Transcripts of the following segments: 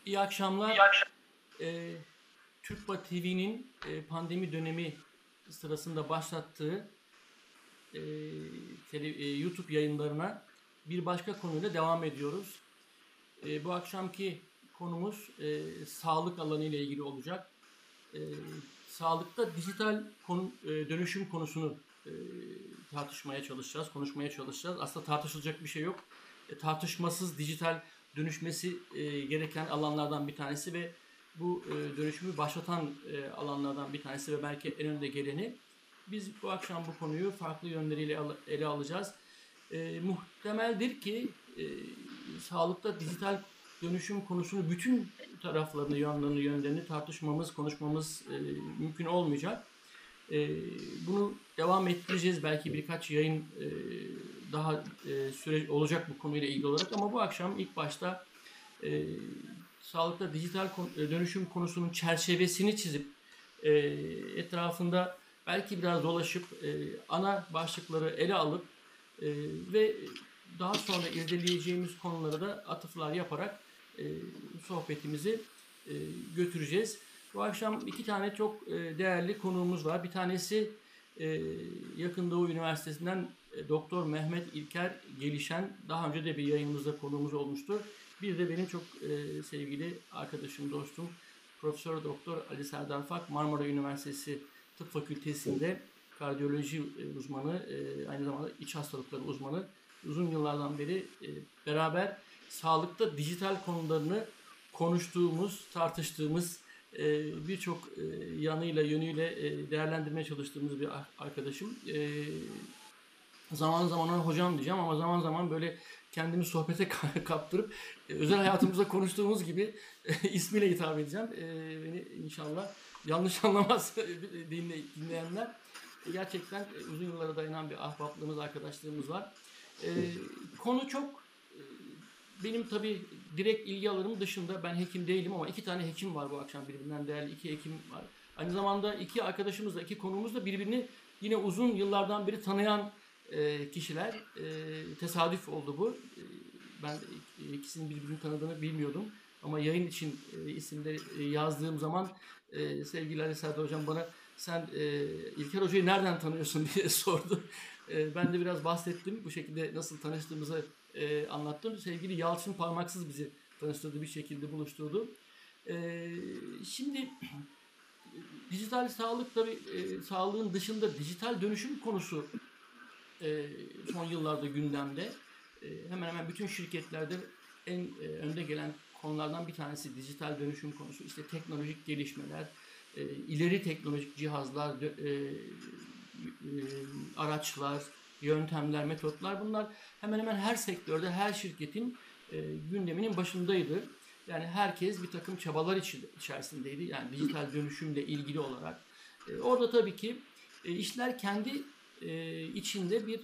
İyi akşamlar. İyi akşamlar. Ee, Türkba TV'nin pandemi dönemi sırasında başlattığı YouTube yayınlarına bir başka konuyla devam ediyoruz. Bu akşamki konumuz sağlık alanı ile ilgili olacak. Sağlıkta dijital dönüşüm konusunu tartışmaya çalışacağız, konuşmaya çalışacağız. Aslında tartışılacak bir şey yok. Tartışmasız dijital dönüşmesi gereken alanlardan bir tanesi ve bu dönüşümü başlatan alanlardan bir tanesi ve belki en önde geleni. Biz bu akşam bu konuyu farklı yönleriyle ele alacağız. Muhtemeldir ki sağlıkta dijital dönüşüm konusunu bütün taraflarını, yönlerini tartışmamız, konuşmamız mümkün olmayacak. Bunu devam ettireceğiz. Belki birkaç yayın daha süre olacak bu konuyla ilgili olarak. Ama bu akşam ilk başta sağlıkta dijital dönüşüm konusunun çerçevesini çizip etrafında belki biraz dolaşıp ana başlıkları ele alıp ve daha sonra irdeleyeceğimiz konulara da atıflar yaparak sohbetimizi götüreceğiz. Bu akşam iki tane çok değerli konuğumuz var. Bir tanesi Yakın Doğu Üniversitesi'nden Doktor Mehmet İlker Gelişen. Daha önce de bir yayınımızda konuğumuz olmuştur. Bir de benim çok sevgili arkadaşım, dostum Profesör Doktor Ali Serdar Fak, Marmara Üniversitesi Tıp Fakültesi'nde kardiyoloji uzmanı, aynı zamanda iç hastalıkları uzmanı. Uzun yıllardan beri beraber sağlıkta dijital konularını konuştuğumuz, tartıştığımız, birçok yanıyla, yönüyle değerlendirmeye çalıştığımız bir arkadaşım. Zaman zaman ona hocam diyeceğim ama zaman zaman böyle kendimi sohbete kaptırıp özel hayatımızda konuştuğumuz gibi ismiyle hitap edeceğim. Beni inşallah yanlış anlamaz dinleyenler. Gerçekten uzun yıllara dayanan bir ahbaplığımız, arkadaşlığımız var. Konu çok benim tabii direkt ilgi alanım dışında, ben hekim değilim ama iki tane hekim var bu akşam, birbirinden değerli iki hekim var. Aynı zamanda iki arkadaşımız da, iki konuğumuz da birbirini yine uzun yıllardan beri tanıyan kişiler. Tesadüf oldu bu. Ben ikisinin birbirini tanıdığını bilmiyordum. Ama yayın için isimleri yazdığım zaman sevgili Ali Serdar Hocam bana sen İlker Hoca'yı nereden tanıyorsun diye sordu. Ben de biraz bahsettim. Bu şekilde nasıl tanıştığımızı anlattım. Sevgili Yalçın Parmaksız bizi tanıştırdı, bir şekilde buluşturdu. Şimdi dijital sağlık tabii sağlığın dışında dijital dönüşüm konusu son yıllarda gündemde. Hemen hemen bütün şirketlerde en önde gelen konulardan bir tanesi dijital dönüşüm konusu. İşte teknolojik gelişmeler, ileri teknolojik cihazlar, araçlar, yöntemler, metotlar, bunlar hemen hemen her sektörde, her şirketin gündeminin başındaydı. Yani herkes bir takım çabalar içerisindeydi. Yani dijital dönüşümle ilgili olarak. Orada tabii ki işler kendi içinde bir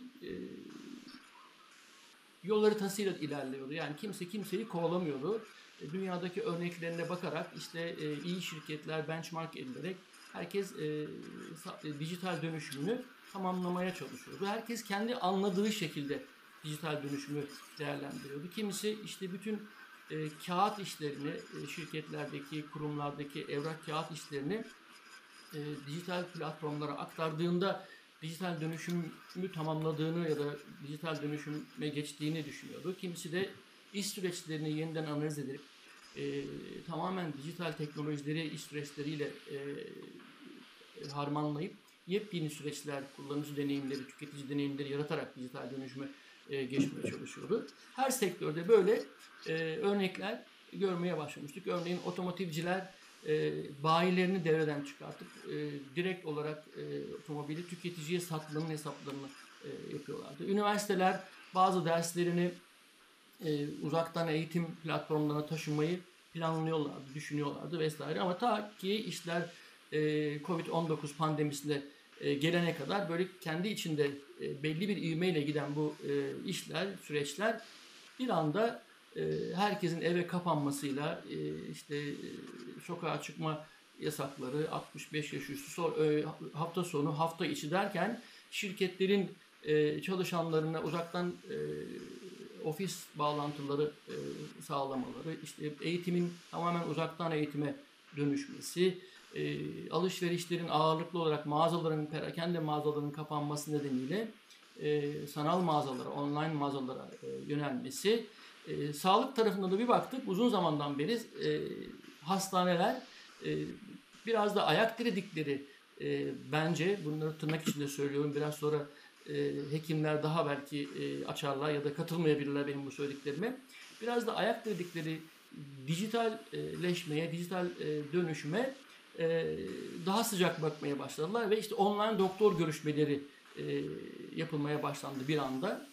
yol haritasıyla ilerliyordu. Yani kimse kimseyi kovalamıyordu. Dünyadaki örneklerine bakarak işte iyi şirketler benchmark edilerek herkes dijital dönüşümünü tamamlamaya çalışıyordu. Herkes kendi anladığı şekilde dijital dönüşümü değerlendiriyordu. Kimisi işte bütün kağıt işlerini, şirketlerdeki, kurumlardaki evrak kağıt işlerini dijital platformlara aktardığında dijital dönüşümü tamamladığını ya da dijital dönüşüme geçtiğini düşünüyordu. Kimisi de iş süreçlerini yeniden analiz edip tamamen dijital teknolojileri iş süreçleriyle harmanlayıp yepyeni süreçler, kullanıcı deneyimleri, tüketici deneyimleri yaratarak dijital dönüşüme geçmeye çalışıyordu. Her sektörde böyle örnekler görmeye başlamıştık. Örneğin otomotivciler bayilerini devreden çıkartıp direkt olarak otomobili tüketiciye satmanın hesaplarını yapıyorlardı. Üniversiteler bazı derslerini uzaktan eğitim platformlarına taşımayı planlıyorlardı, düşünüyorlardı vesaire. Ama ta ki işler Covid-19 pandemisine gelene kadar böyle kendi içinde belli bir ivmeyle giden bu işler, süreçler bir anda herkesin eve kapanmasıyla işte sokağa çıkma yasakları, 65 yaş üstü, hafta sonu, hafta içi derken şirketlerin çalışanlarına uzaktan ofis bağlantıları sağlamaları, işte eğitimin tamamen uzaktan eğitime dönüşmesi, alışverişlerin ağırlıklı olarak mağazaların, perakende mağazaların kapanması nedeniyle sanal mağazalara, online mağazalara yönelmesi. Sağlık tarafında da bir baktık, uzun zamandan beri hastaneler biraz da ayak diredikleri, bence bunları tırnak içinde söylüyorum, biraz sonra hekimler daha belki açarlar ya da katılmayabilirler benim bu söylediklerime. Biraz da ayak diredikleri dijitalleşmeye, dijital dönüşüme daha sıcak bakmaya başladılar ve işte online doktor görüşmeleri yapılmaya başlandı bir anda.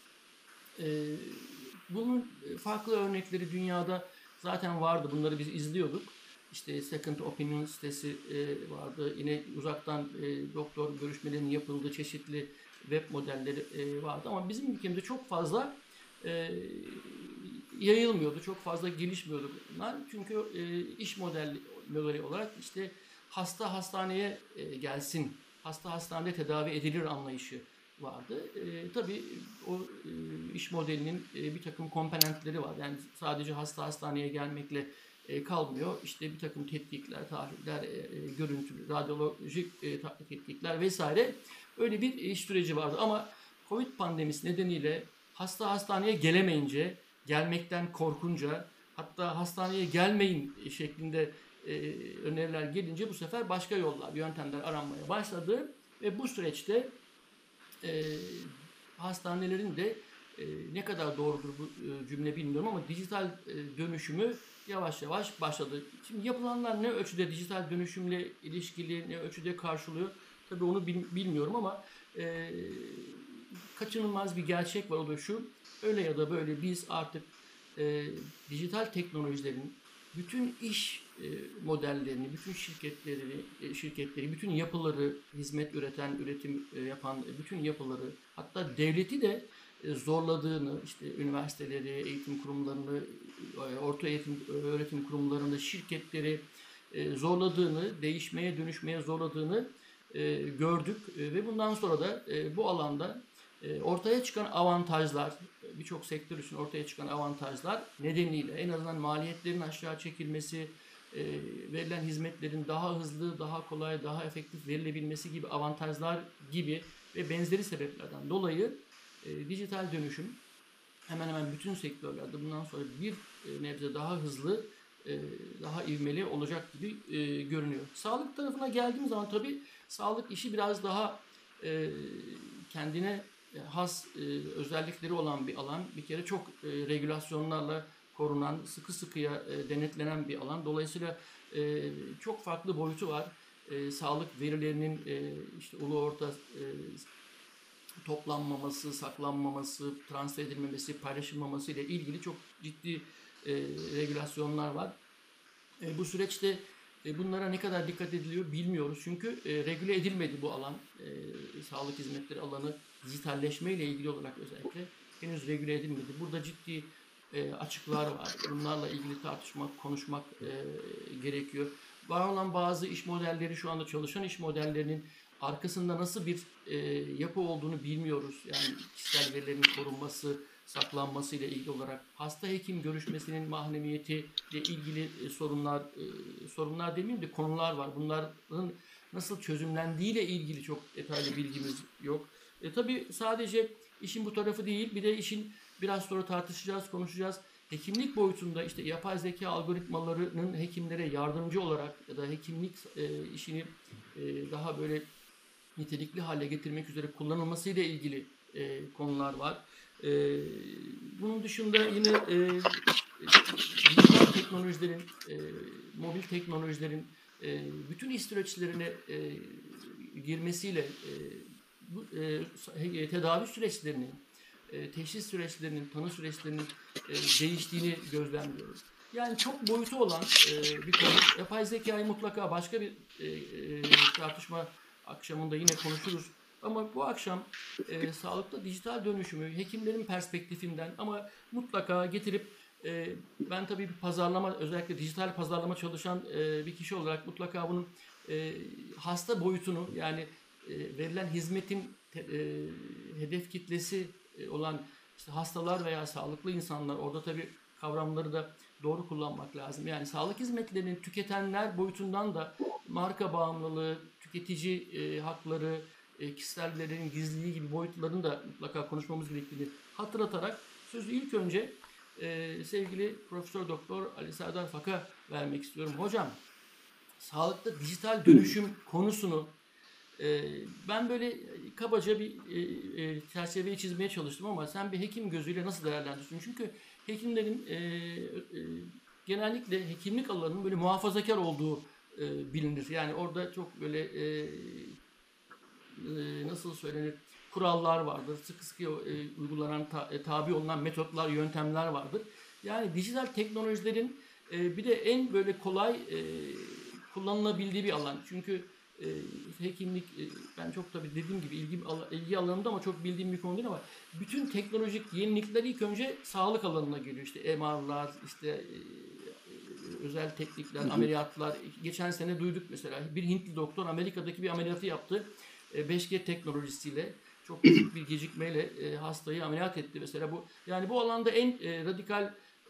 Bunun farklı örnekleri dünyada zaten vardı. Bunları biz izliyorduk. İşte Second Opinion sitesi vardı. Yine uzaktan doktor görüşmelerinin yapıldığı çeşitli web modelleri vardı. Ama bizim ülkemizde çok fazla yayılmıyordu. Çok fazla gelişmiyordu bunlar. Çünkü iş modeli olarak işte hasta hastaneye gelsin, hasta hastanede tedavi edilir anlayışı vardı. Tabii o iş modelinin bir takım komponentleri var. Yani sadece hasta hastaneye gelmekle kalmıyor. İşte bir takım tetkikler, tahliller, görüntülü, radyolojik tetkikler vesaire. Öyle bir iş süreci vardı. Ama Covid pandemisi nedeniyle hasta hastaneye gelemeyince, gelmekten korkunca, hatta hastaneye gelmeyin şeklinde öneriler gelince bu sefer başka yollar, yöntemler aranmaya başladı. Ve bu süreçte hastanelerin de ne kadar doğrudur bu cümle bilmiyorum ama dijital dönüşümü yavaş yavaş başladı. Şimdi yapılanlar ne ölçüde dijital dönüşümle ilişkili, ne ölçüde karşılıyor, tabii onu bilmiyorum ama kaçınılmaz bir gerçek var, o da şu: öyle ya da böyle biz artık dijital teknolojilerin bütün iş modellerini, bütün şirketleri, bütün yapıları, hizmet üreten, üretim yapan bütün yapıları, hatta devleti de zorladığını, işte üniversiteleri, eğitim kurumlarını, orta eğitim, öğretim kurumlarını, şirketleri zorladığını, değişmeye, dönüşmeye zorladığını gördük ve bundan sonra da bu alanda ortaya çıkan avantajlar, birçok sektör için ortaya çıkan avantajlar nedeniyle en azından maliyetlerin aşağı çekilmesi, verilen hizmetlerin daha hızlı, daha kolay, daha efektif verilebilmesi gibi avantajlar gibi ve benzeri sebeplerden dolayı dijital dönüşüm hemen hemen bütün sektörlerde bundan sonra bir nebze daha hızlı, daha ivmeli olacak gibi görünüyor. Sağlık tarafına geldiğim zaman tabii sağlık işi biraz daha kendine has özellikleri olan bir alan. Bir kere çok regülasyonlarla korunan, sıkı sıkıya denetlenen bir alan. Dolayısıyla çok farklı boyutu var. Sağlık verilerinin işte ulu orta toplanmaması, saklanmaması, transfer edilmemesi, paylaşılmaması ile ilgili çok ciddi regülasyonlar var. Bu süreçte bunlara ne kadar dikkat ediliyor bilmiyoruz. Çünkü regüle edilmedi bu alan. Sağlık hizmetleri alanı dijitalleşme ile ilgili olarak özellikle henüz regüle edilmedi. Burada ciddi açıklar var. Bunlarla ilgili tartışmak, konuşmak gerekiyor. Var olan bazı iş modelleri, şu anda çalışan iş modellerinin arkasında nasıl bir yapı olduğunu bilmiyoruz. Yani kişisel verilerin korunması, saklanması ile ilgili olarak hasta hekim görüşmesinin mahremiyeti ile ilgili sorunlar demeyeyim de konular var. Bunların nasıl çözümlendiği ile ilgili çok detaylı bilgimiz yok. Tabii sadece işin bu tarafı değil, bir de işin biraz sonra tartışacağız, konuşacağız. Hekimlik boyutunda işte yapay zeka algoritmalarının hekimlere yardımcı olarak ya da hekimlik işini daha böyle nitelikli hale getirmek üzere kullanılması ile ilgili konular var. Bunun dışında yine dijital teknolojilerin, mobil teknolojilerin bütün iş süreçlerine girmesiyle tedavi süreçlerinin, teşhis süreçlerinin, tanı süreçlerinin değiştiğini gözlemliyoruz. Yani çok boyutu olan bir konu. Yapay zekayı mutlaka başka bir tartışma akşamında yine konuşuruz. Ama bu akşam sağlıkta dijital dönüşümü hekimlerin perspektifinden ama mutlaka getirip ben tabii bir pazarlama, özellikle dijital pazarlama çalışan bir kişi olarak mutlaka bunun hasta boyutunu, yani verilen hizmetin hedef kitlesi olan işte hastalar veya sağlıklı insanlar, orada tabii kavramları da doğru kullanmak lazım. Yani sağlık hizmetlerini tüketenler boyutundan da marka bağımlılığı, tüketici hakları, kişisel verilerin gizliliği gibi boyutlarını da mutlaka konuşmamız gerektiğini hatırlatarak sözü ilk önce sevgili Profesör Doktor Ali Serdar Fak'a vermek istiyorum. Hocam, sağlıkta dijital dönüşüm konusunu ben böyle kabaca bir çerçeveyi çizmeye çalıştım ama sen bir hekim gözüyle nasıl değerlendiriyorsun? Çünkü hekimlerin genellikle hekimlik alanının böyle muhafazakar olduğu bilinir. Yani orada çok böyle nasıl söylenir, kurallar vardır. Sıkı sıkı uygulanan, tabi olunan metotlar, yöntemler vardır. Yani dijital teknolojilerin bir de en böyle kolay kullanılabildiği bir alan. Çünkü hekimlik ben çok tabii dediğim gibi ilgi alanımda ama çok bildiğim bir konu değil ama bütün teknolojik yenilikler ilk önce sağlık alanına geliyor. İşte MR'lar, işte özel teknikler, ameliyatlar. Geçen sene duyduk mesela bir Hintli doktor Amerika'daki bir ameliyatı yaptı. 5G teknolojisiyle çok küçük bir gecikmeyle hastayı ameliyat etti mesela. Bu alanda en radikal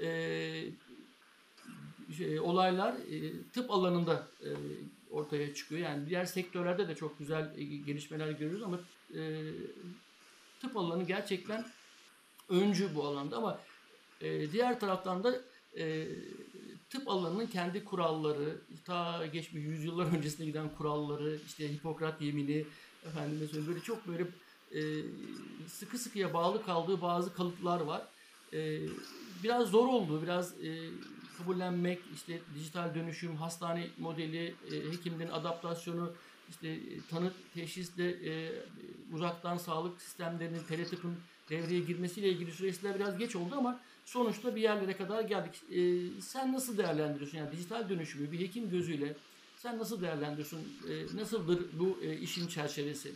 olaylar tıp alanında ortaya çıkıyor. Yani diğer sektörlerde de çok güzel gelişmeler görüyoruz ama tıp alanı gerçekten öncü bu alanda ama diğer taraftan da tıp alanının kendi kuralları, ta geç bir yüzyıllar öncesine giden kuralları, işte Hipokrat yemini, efendime söyleyeyim böyle çok böyle sıkı sıkıya bağlı kaldığı bazı kalıplar var. Biraz zor oldu, biraz kabullenmek, işte dijital dönüşüm, hastane modeli, hekimlerin adaptasyonu, işte tanı teşhisle uzaktan sağlık sistemlerinin, teletıpın devreye girmesiyle ilgili süreçler biraz geç oldu ama sonuçta bir yerlere kadar geldik. Sen nasıl değerlendiriyorsun? Yani dijital dönüşümü bir hekim gözüyle sen nasıl değerlendiriyorsun? Nasıldır bu işin çerçevesi?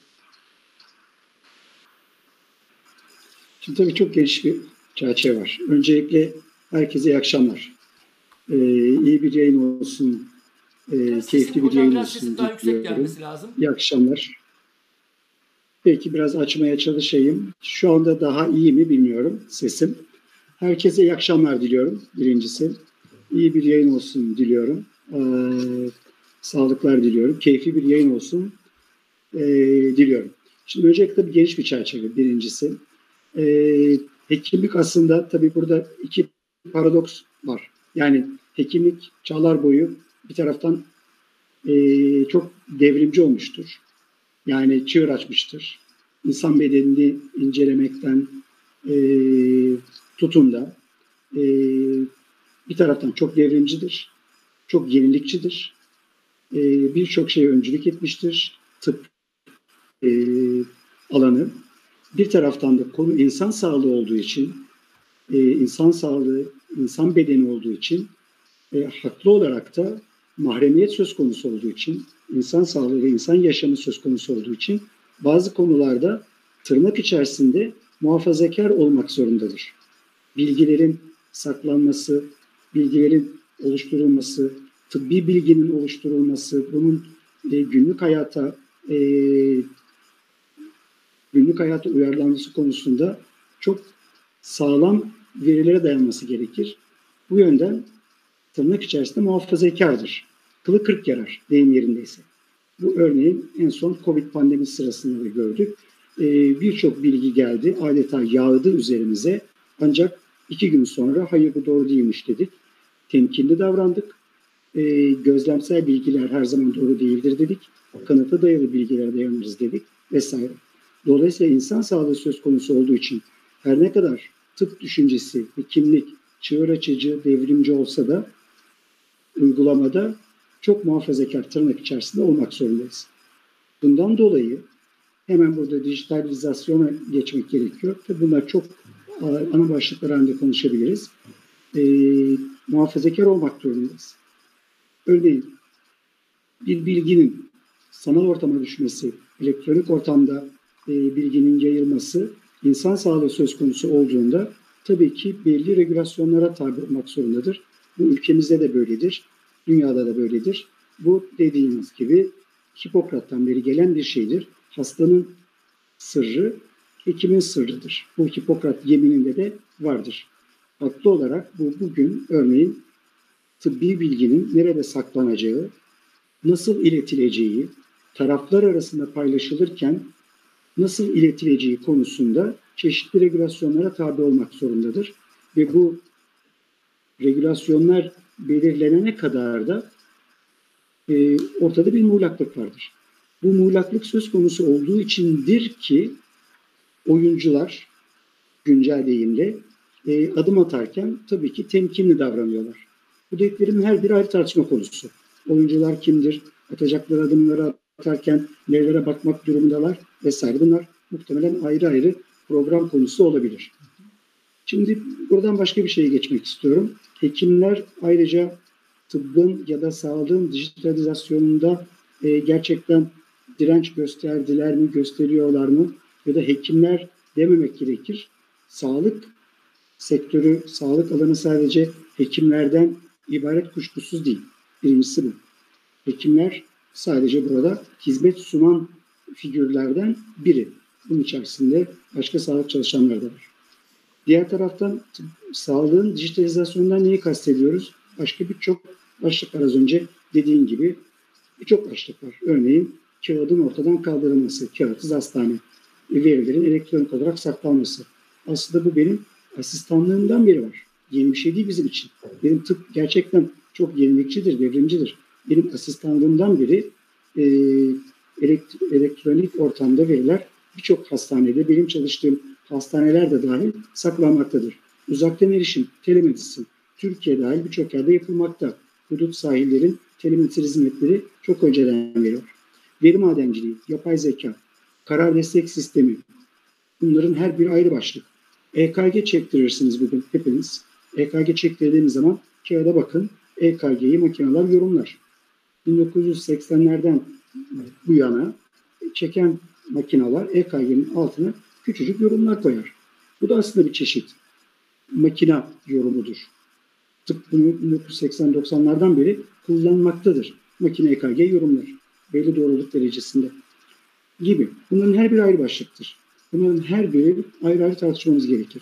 Şimdi tabii çok geniş bir çerçeve var. Öncelikle herkese iyi akşamlar. İyi bir yayın olsun, keyifli bir yayın Biraz olsun sesin daha yüksek diliyorum. gelmesi lazım. İyi akşamlar. Belki biraz açmaya çalışayım. Şu anda daha iyi mi bilmiyorum sesim. Herkese iyi akşamlar diliyorum birincisi. İyi bir yayın olsun diliyorum. Sağlıklar diliyorum. Keyifli bir yayın olsun diliyorum. Şimdi öncelikle bir geniş bir çerçeve birincisi. Hekimlik aslında tabii burada iki paradoks var. Yani hekimlik çağlar boyu bir taraftan çok devrimci olmuştur. Yani çığır açmıştır. İnsan bedenini incelemekten tutun da bir taraftan çok devrimcidir, çok yenilikçidir. Birçok şeye öncülük etmiştir tıp alanı. Bir taraftan da konu insan sağlığı olduğu için, insan sağlığı, insan bedeni olduğu için haklı olarak da mahremiyet söz konusu olduğu için, insan sağlığı ve insan yaşamı söz konusu olduğu için bazı konularda tırnak içerisinde muhafazakar olmak zorundadır. Bilgilerin saklanması, bilgilerin oluşturulması, tıbbi bilginin oluşturulması, bunun günlük hayata uyarlanması konusunda çok sağlam verilere dayanması gerekir. Bu yönden tırnak içerisinde muhafazakardır. Kılı kırk yarar deyim yerindeyse. Bu örneğin en son Covid pandemisi sırasında da gördük. Birçok bilgi geldi, adeta yağdı üzerimize. Ancak 2 gün sonra hayır bu doğru değilmiş dedik. Temkinli davrandık. Gözlemsel bilgiler her zaman doğru değildir dedik. Kanıta dayalı bilgilere dayanırız dedik vesaire. Dolayısıyla insan sağlığı söz konusu olduğu için her ne kadar tıp düşüncesi, hekimlik, çığır açıcı, devrimci olsa da uygulamada çok muhafazakar tırnak içerisinde olmak zorundayız. Bundan dolayı hemen burada dijitalizasyona geçmek gerekiyor. Tabii bunlar çok ana başlıklar halinde konuşabiliriz. Muhafazakar olmak durumundayız. Örneğin bir bilginin sanal ortama düşmesi, elektronik ortamda bilginin yayılması, insan sağlığı söz konusu olduğunda tabii ki belli regülasyonlara tabi olmak zorundadır. Bu ülkemizde de böyledir, dünyada da böyledir. Bu dediğimiz gibi Hipokrat'tan beri gelen bir şeydir. Hastanın sırrı hekimin sırrıdır. Bu Hipokrat yemininde de vardır. Haklı olarak bu bugün örneğin tıbbi bilginin nerede saklanacağı, nasıl iletileceği, taraflar arasında paylaşılırken nasıl iletileceği konusunda çeşitli regülasyonlara tabi olmak zorundadır. Ve bu regülasyonlar belirlenene kadar da ortada bir muğlaklık vardır. Bu muğlaklık söz konusu olduğu içindir ki oyuncular güncel deyimle adım atarken tabii ki temkinli davranıyorlar. Bu dediklerim her biri ayrı tartışma konusu. Oyuncular kimdir? Atacakları adımları atarken nelere bakmak durumundalar vesaire. Bunlar muhtemelen ayrı ayrı program konusu olabilir. Şimdi buradan başka bir şeye geçmek istiyorum. Hekimler ayrıca tıbbın ya da sağlığın dijitalizasyonunda gerçekten direnç gösterdiler mi, gösteriyorlar mı? Ya da hekimler dememek gerekir. Sağlık sektörü, sağlık alanı sadece hekimlerden ibaret kuşkusuz değil. Birincisi bu. Hekimler sadece burada hizmet sunan figürlerden biri. Bunun içerisinde başka sağlık çalışanları da var. Diğer taraftan sağlığın dijitalizasyonundan neyi kastediyoruz? Başka birçok başlık var az önce dediğin gibi. Birçok başlık var. Örneğin kağıdın ortadan kaldırılması, kağıtsız hastane, verilerin elektronik olarak saklanması. Aslında bu benim asistanlığımdan biri var. Yeni bir şey değil bizim için. Benim tıp gerçekten çok yenilikçidir, devrimcidir. Benim asistanlığımdan biri elektronik ortamda veriler birçok hastanede, benim çalıştığım hastaneler de dahil saklanmaktadır. Uzaktan erişim, telemedicine, Türkiye dahil birçok yerde yapılmakta. Hudut sahillerin telemetri hizmetleri çok önceden geliyor. Veri madenciliği, yapay zeka, karar destek sistemi, bunların her biri ayrı başlık. EKG çektirirsiniz bugün hepiniz. EKG çektirdiğiniz zaman kağıda bakın, EKG'yi makineler yorumlar. 1980'lerden bu yana çeken makineler EKG'nin altına küçücük yorumlar koyar. Bu da aslında bir çeşit makina yorumudur. Tıp bunu 1980-90'lardan beri kullanmaktadır. Makine EKG yorumlar. Belli doğruluk derecesinde gibi. Bunların her biri ayrı başlıktır. Bunların her biri ayrı ayrı tartışmamız gerekir.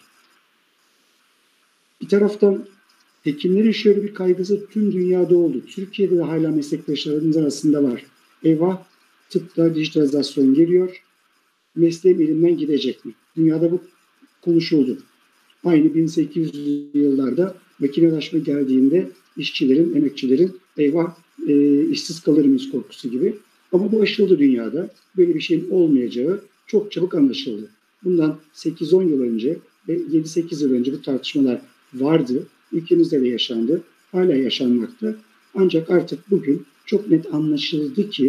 Bir taraftan hekimlerin şöyle bir kaygısı tüm dünyada oldu. Türkiye'de de hala meslektaşlarımız arasında var. Eyvah, tıpta dijitalizasyon geliyor. Mesleğim elimden gidecek mi? Dünyada bu konuşuldu. Aynı 1800'lü yıllarda makinelaşma geldiğinde işçilerin, emekçilerin eyvah işsiz kalır mıyız korkusu gibi. Ama bu aşıldı dünyada. Böyle bir şeyin olmayacağı çok çabuk anlaşıldı. Bundan 8-10 yıl önce ve 7-8 yıl önce bu tartışmalar vardı. Ülkemizde de yaşandı. Hala yaşanmakta. Ancak artık bugün çok net anlaşıldı ki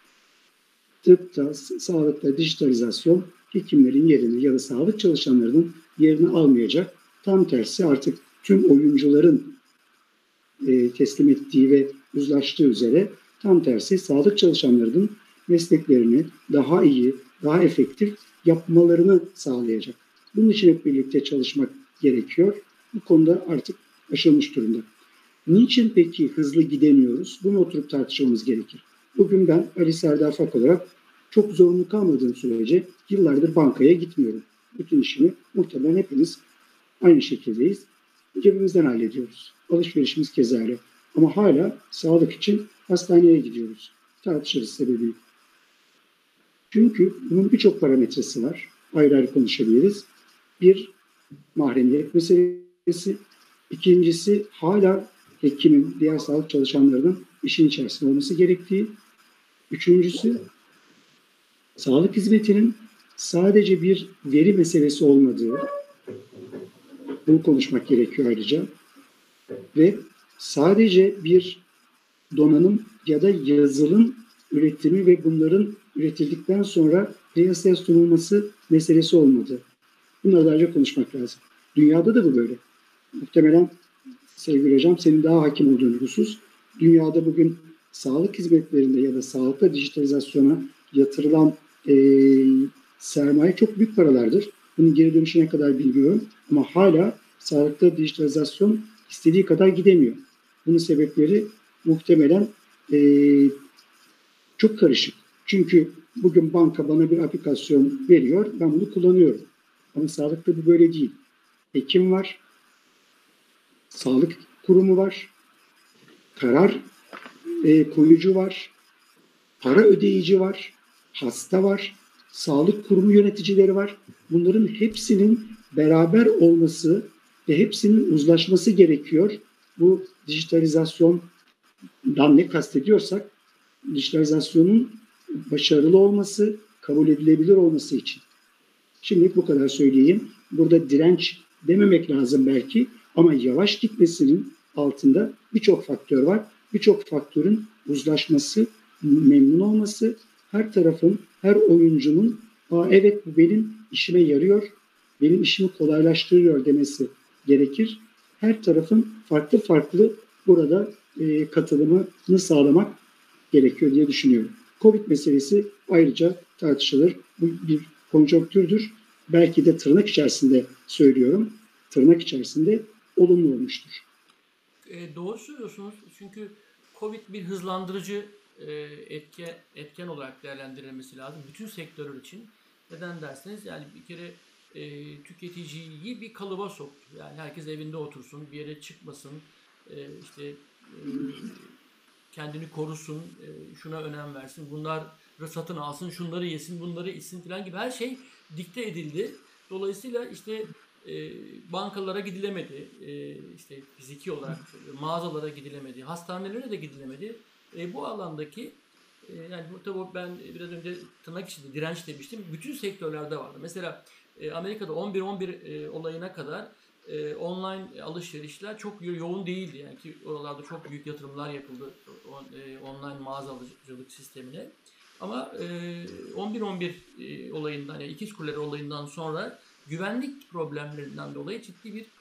tıpta, sağlıkta dijitalizasyon hekimlerin yerini ya da sağlık çalışanlarının yerini almayacak. Tam tersi artık tüm oyuncuların teslim ettiği ve uzlaştığı üzere tam tersi sağlık çalışanlarının mesleklerini daha iyi, daha efektif yapmalarını sağlayacak. Bunun için hep birlikte çalışmak gerekiyor. Bu konuda artık aşılmış durumda. Niçin peki hızlı gidemiyoruz? Bunu oturup tartışmamız gerekir. Bugün ben Ali Serdar Fak olarak çok zorunlu kalmadığım sürece yıllardır bankaya gitmiyorum. Bütün işimi muhtemelen hepimiz aynı şekildeyiz. Cebimizden hallediyoruz. Alışverişimiz keza öyle. Ama hala sağlık için hastaneye gidiyoruz. Tartışırız sebebini. Çünkü bunun birçok parametresi var. Ayrı ayrı konuşabiliriz. Bir, mahremiyet meselesi. İkincisi, hala hekimin, diğer sağlık çalışanlarının işin içerisinde olması gerektiği. Üçüncüsü, sağlık hizmetinin sadece bir veri meselesi olmadığı, bunu konuşmak gerekiyor ayrıca. Ve sadece bir donanım ya da yazılım üretimi ve bunların üretildikten sonra piyasaya sunulması meselesi olmadı. Bunları da ayrıca konuşmak lazım. Dünyada da bu böyle. Muhtemelen sevgili hocam senin daha hakim olduğun husus. Dünyada bugün sağlık hizmetlerinde ya da sağlıkta dijitalizasyona yatırılan sermaye çok büyük paralardır. Bunun geri dönüşüne kadar bilmiyorum. Ama hala sağlıkta dijitalizasyon istediği kadar gidemiyor. Bunun sebepleri muhtemelen çok karışık. Çünkü bugün banka bana bir aplikasyon veriyor, ben bunu kullanıyorum. Ama sağlıkta bu böyle değil. Hekim var, sağlık kurumu var, karar koyucu var, para ödeyici var, hasta var, sağlık kurumu yöneticileri var. Bunların hepsinin beraber olması ve hepsinin uzlaşması gerekiyor. Bu dijitalizasyondan ne kastediyorsak, dijitalizasyonun başarılı olması, kabul edilebilir olması için. Şimdilik bu kadar söyleyeyim. Burada direnç dememek lazım belki ama yavaş gitmesinin altında birçok faktör var. Birçok faktörün uzlaşması, memnun olması, her tarafın, her oyuncunun evet bu benim işime yarıyor, benim işimi kolaylaştırıyor demesi gerekir. Her tarafın farklı farklı burada katılımını sağlamak gerekiyor diye düşünüyorum. Covid meselesi ayrıca tartışılır. Bu bir konjonktürdür. Belki de tırnak içerisinde söylüyorum. Tırnak içerisinde olumlu olmuştur. Doğru söylüyorsunuz. Çünkü Covid bir hızlandırıcı etken olarak değerlendirilmesi lazım. Bütün sektörler için. Neden derseniz yani bir kere tüketiciyi bir kalıba soktu. Yani herkes evinde otursun, bir yere çıkmasın, kendini korusun, şuna önem versin, bunları satın alsın, şunları yesin, bunları içsin falan gibi her şey dikte edildi. Dolayısıyla bankalara gidilemedi, fiziki olarak mağazalara gidilemedi, hastanelere de gidilemedi. Bu alandaki yani tabii ben biraz önce tırnak içinde direnç demiştim. Bütün sektörlerde vardı. Mesela Amerika'da 11-11 olayına kadar online alışverişler çok yoğun değildi. Yani ki oralarda çok büyük yatırımlar yapıldı online mağazacılık sistemine. Ama 11-11 olayından yani İkiz Kuleleri olayından sonra güvenlik problemlerinden dolayı ciddi bir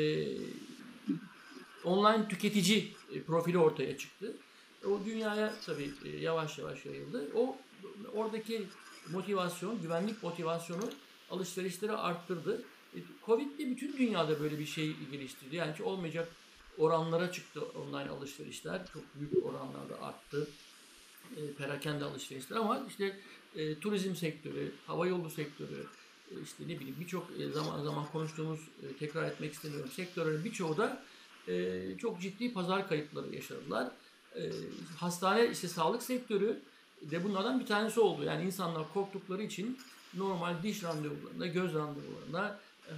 online tüketici profili ortaya çıktı. O dünyaya tabii yavaş yavaş yayıldı. Oradaki motivasyon, güvenlik motivasyonu alışverişleri arttırdı. Covid de bütün dünyada böyle bir şey geliştirdi. Yani hiç olmayacak oranlara çıktı online alışverişler. Çok büyük oranlarda arttı. Perakende alışverişler ama turizm sektörü, havayolu sektörü, birçok zaman zaman konuştuğumuz, tekrar etmek istemiyorum, sektörlerin birçoğu da çok ciddi pazar kayıpları yaşadılar. Hastane, sağlık sektörü de bunlardan bir tanesi oldu. Yani insanlar korktukları için normal diş randevularına, göz randevularına,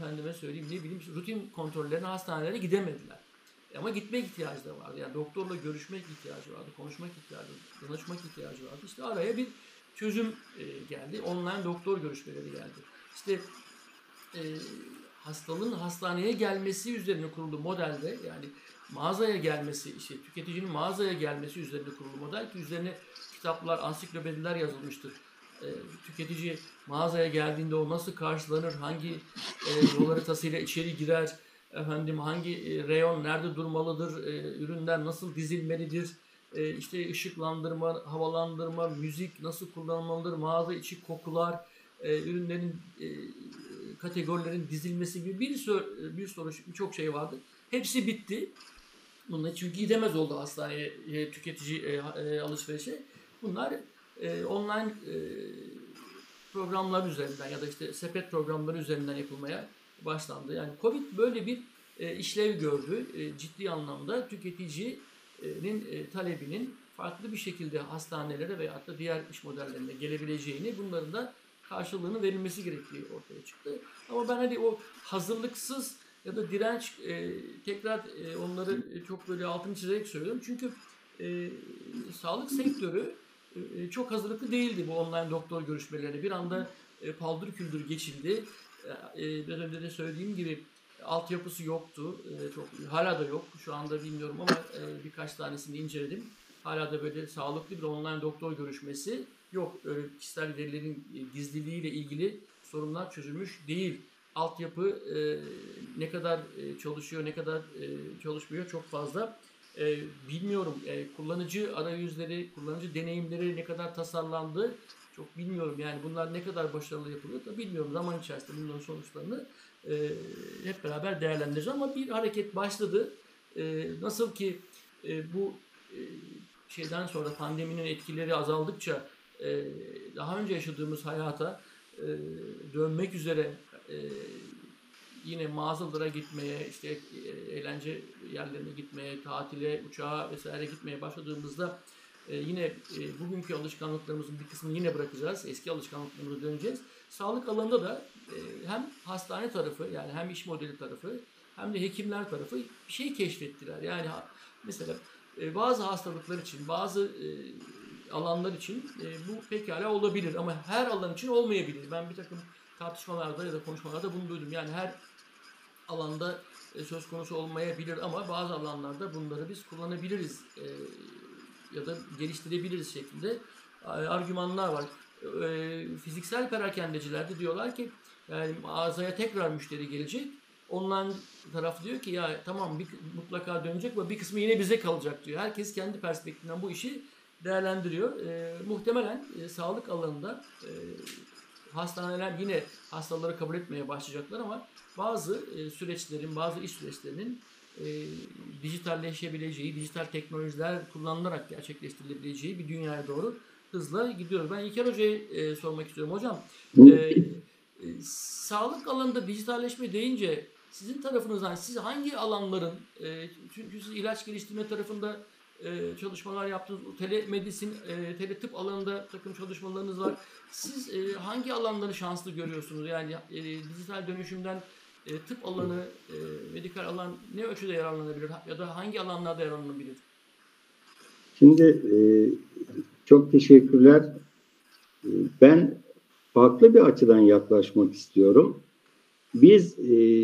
rutin kontrollerine hastanelere gidemediler. Ama gitmek ihtiyacı da vardı. Yani doktorla görüşmek ihtiyacı vardı, konuşmak ihtiyacı vardı, danışmak ihtiyacı vardı. Araya bir çözüm geldi. Online doktor görüşmeleri geldi. Hastalığın hastaneye gelmesi üzerine kurulu modelde yani mağazaya gelmesi, tüketicinin mağazaya gelmesi üzerine kurulu model ki üzerine kitaplar, ansiklopediler yazılmıştır. Tüketici mağazaya geldiğinde o nasıl karşılanır, hangi yol haritasıyla içeri girer, hangi reyon nerede durmalıdır, ürünler nasıl dizilmelidir, ışıklandırma, havalandırma, müzik nasıl kullanılmalıdır, mağaza içi kokular, ürünlerin kategorilerin dizilmesi gibi birçok şey vardı. Hepsi bitti. Bunlar çünkü gidemez oldu hastaneye tüketici alışverişe. Bunlar online programlar üzerinden ya da sepet programları üzerinden yapılmaya başlandı. Yani Covid böyle bir işlev gördü. Ciddi anlamda tüketicinin talebinin farklı bir şekilde hastanelere veyahut da diğer iş modellerine gelebileceğini, bunların da karşılığının verilmesi gerektiği ortaya çıktı. Ama ben o hazırlıksız ya da direnç tekrar onları çok böyle altını çizerek söylüyorum. Çünkü sağlık sektörü çok hazırlıklı değildi bu online doktor görüşmelerine. Bir anda paldır küldür geçildi. Biraz önce de söylediğim gibi altyapısı yoktu. Hala da yok. Şu anda bilmiyorum ama birkaç tanesini inceledim. Hala da böyle sağlıklı bir online doktor görüşmesi yok. Kişisel verilerin gizliliğiyle ilgili sorunlar çözülmüş değil. Altyapı ne kadar çalışıyor, ne kadar çalışmıyor çok fazla bilmiyorum. Kullanıcı arayüzleri, kullanıcı deneyimleri ne kadar tasarlandı çok bilmiyorum. Yani bunlar ne kadar başarılı yapılıyor da bilmiyorum. Zaman içerisinde bunların sonuçlarını hep beraber değerlendireceğiz. Ama bir hareket başladı. Nasıl ki bu şeyden sonra pandeminin etkileri azaldıkça daha önce yaşadığımız hayata dönmek üzere yine mağazalara gitmeye, işte eğlence yerlerine gitmeye, tatile, uçağa vesaire gitmeye başladığımızda yine bugünkü alışkanlıklarımızın bir kısmını yine bırakacağız. Eski alışkanlıklarımıza döneceğiz. Sağlık alanında da hem hastane tarafı, yani hem iş modeli tarafı hem de hekimler tarafı bir şey keşfettiler. Yani mesela bazı hastalıklar için, bazı alanlar için bu pekala olabilir ama her alan için olmayabilir. Ben bir takım tartışmalarda ya da konuşmalarda bunu duydum. Yani her alanda söz konusu olmayabilir ama bazı alanlarda bunları biz kullanabiliriz ya da geliştirebiliriz şeklinde argümanlar var. Fiziksel perakendeciler de diyorlar ki yani mağazaya tekrar müşteri gelecek. Online taraf diyor ki ya tamam mutlaka dönecek ve bir kısmı yine bize kalacak diyor. Herkes kendi perspektifinden bu işi değerlendiriyor. Muhtemelen sağlık alanında hastaneler yine hastaları kabul etmeye başlayacaklar ama bazı süreçlerin, bazı iş süreçlerinin dijitalleşebileceği, dijital teknolojiler kullanılarak gerçekleştirilebileceği bir dünyaya doğru hızla gidiyoruz. Ben İlker Hoca'ya sormak istiyorum. Hocam, sağlık alanında dijitalleşme deyince sizin tarafınızdan siz hangi alanların, çünkü siz ilaç geliştirme tarafında çalışmalar yaptınız, telemedisin, teletıp alanında takım çalışmalarınız var. Siz hangi alanları şanslı görüyorsunuz? Yani dijital dönüşümden tıp alanı, medikal alan ne ölçüde yararlanabilir ya da hangi alanlarda yararlanabilir? Şimdi çok teşekkürler. Ben farklı bir açıdan yaklaşmak istiyorum. Biz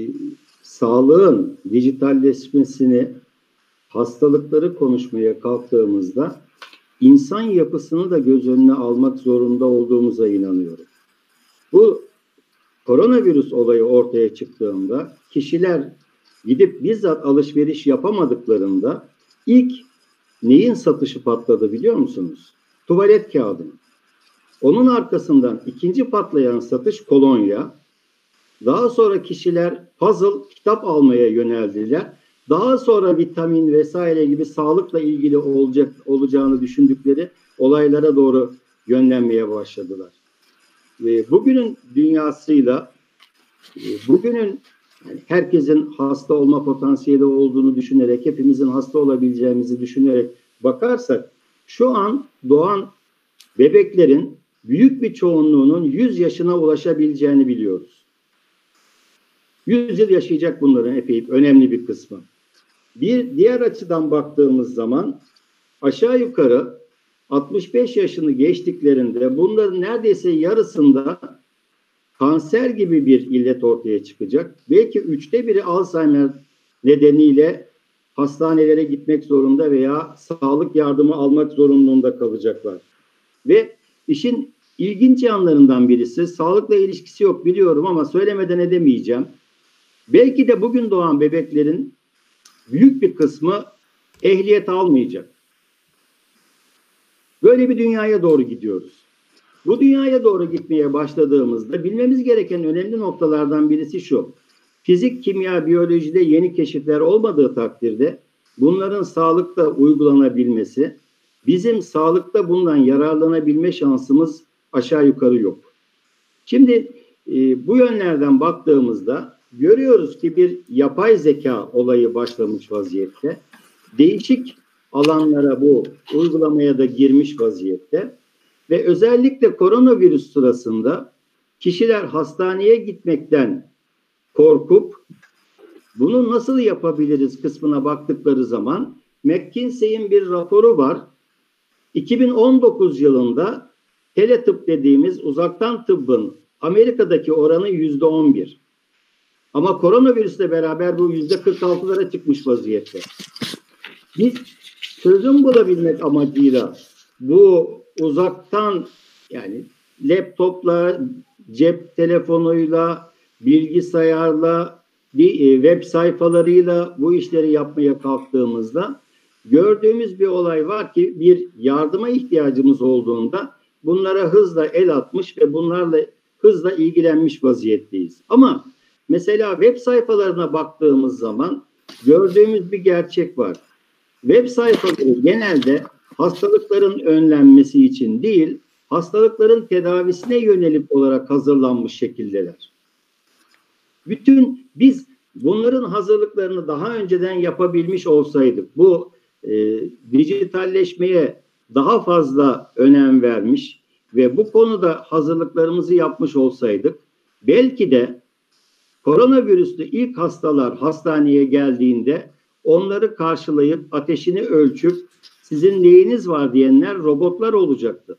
sağlığın dijitalleşmesini, hastalıkları konuşmaya kalktığımızda insan yapısını da göz önüne almak zorunda olduğumuza inanıyorum. Bu koronavirüs olayı ortaya çıktığında kişiler gidip bizzat alışveriş yapamadıklarında ilk neyin satışı patladı biliyor musunuz? Tuvalet kağıdının. Onun arkasından ikinci patlayan satış kolonya. Daha sonra kişiler puzzle kitap almaya yöneldiler. Daha sonra vitamin vesaire gibi sağlıkla ilgili olacağını düşündükleri olaylara doğru yönlenmeye başladılar. Bugünün dünyasıyla bugünün yani herkesin hasta olma potansiyeli olduğunu düşünerek, hepimizin hasta olabileceğimizi düşünerek bakarsak şu an doğan bebeklerin büyük bir çoğunluğunun 100 yaşına ulaşabileceğini biliyoruz. 100 yıl yaşayacak bunların epey önemli bir kısmı. Bir diğer açıdan baktığımız zaman aşağı yukarı 65 yaşını geçtiklerinde bunların neredeyse yarısında kanser gibi bir illet ortaya çıkacak. Belki 1/3 Alzheimer nedeniyle hastanelere gitmek zorunda veya sağlık yardımı almak zorunluluğunda kalacaklar. Ve işin ilginç yanlarından birisi, sağlıkla ilişkisi yok biliyorum ama söylemeden edemeyeceğim. Belki de bugün doğan bebeklerin büyük bir kısmı ehliyet almayacak. Böyle bir dünyaya doğru gidiyoruz. Bu dünyaya doğru gitmeye başladığımızda bilmemiz gereken önemli noktalardan birisi şu. Fizik, kimya, biyolojide yeni keşifler olmadığı takdirde bunların sağlıkta uygulanabilmesi, bizim sağlıkta bundan yararlanabilme şansımız aşağı yukarı yok. Şimdi bu yönlerden baktığımızda görüyoruz ki bir yapay zeka olayı başlamış vaziyette. Değişik alanlara bu uygulamaya da girmiş vaziyette. Ve özellikle koronavirüs sırasında kişiler hastaneye gitmekten korkup bunu nasıl yapabiliriz kısmına baktıkları zaman McKinsey'in bir raporu var. 2019 yılında teletıp dediğimiz uzaktan tıbbın Amerika'daki oranı %11. Ama koronavirüsle beraber bu %46'lara çıkmış vaziyette. Biz çözüm bulabilmek amacıyla bu uzaktan yani laptopla, cep telefonuyla, bilgisayarla, web sayfalarıyla bu işleri yapmaya kalktığımızda gördüğümüz bir olay var ki bir yardıma ihtiyacımız olduğunda bunlara hızla el atmış ve bunlarla hızla ilgilenmiş vaziyetteyiz. Ama mesela web sayfalarına baktığımız zaman gördüğümüz bir gerçek var. Web sayfaları genelde hastalıkların önlenmesi için değil, hastalıkların tedavisine yönelik olarak hazırlanmış şekildeler. Bütün biz bunların hazırlıklarını daha önceden yapabilmiş olsaydık, bu dijitalleşmeye daha fazla önem vermiş ve bu konuda hazırlıklarımızı yapmış olsaydık, belki de koronavirüslü ilk hastalar hastaneye geldiğinde onları karşılayıp ateşini ölçüp sizin neyiniz var diyenler robotlar olacaktı.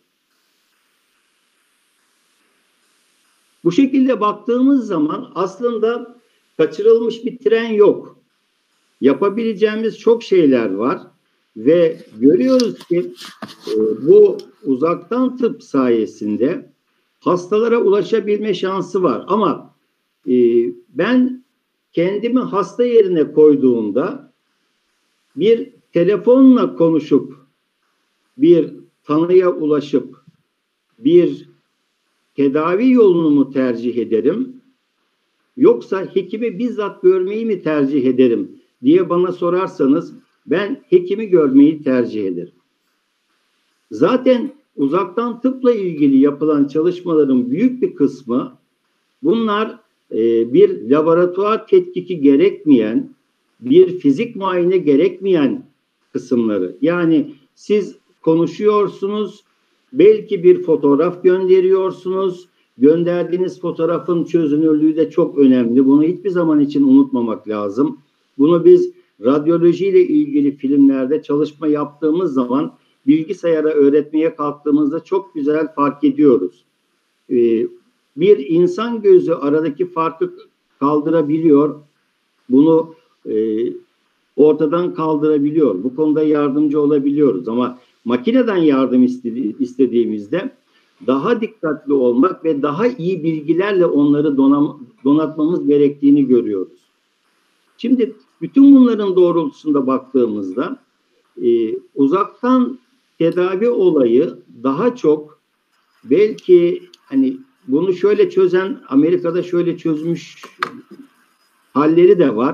Bu şekilde baktığımız zaman aslında kaçırılmış bir tren yok. Yapabileceğimiz çok şeyler var ve görüyoruz ki bu uzaktan tıp sayesinde hastalara ulaşabilme şansı var. Ama ben kendimi hasta yerine koyduğumda bir telefonla konuşup bir tanıya ulaşıp bir tedavi yolunu mu tercih ederim yoksa hekimi bizzat görmeyi mi tercih ederim diye bana sorarsanız ben hekimi görmeyi tercih ederim. Zaten uzaktan tıpla ilgili yapılan çalışmaların büyük bir kısmı bunlar bir laboratuvar tetkiki gerekmeyen, bir fizik muayene gerekmeyen kısımları. Yani siz konuşuyorsunuz, belki bir fotoğraf gönderiyorsunuz. Gönderdiğiniz fotoğrafın çözünürlüğü de çok önemli. Bunu hiçbir zaman için unutmamak lazım. Bunu biz radyolojiyle ilgili filmlerde çalışma yaptığımız zaman bilgisayara öğretmeye kalktığımızda çok güzel fark ediyoruz. Bir insan gözü aradaki farkı kaldırabiliyor. Bunu ortadan kaldırabiliyor. Bu konuda yardımcı olabiliyoruz. Ama makineden yardım istediğimizde daha dikkatli olmak ve daha iyi bilgilerle onları donatmamız gerektiğini görüyoruz. Şimdi bütün bunların doğrultusunda baktığımızda uzaktan tedavi olayı daha çok belki hani bunu şöyle çözen, Amerika'da şöyle çözmüş halleri de var.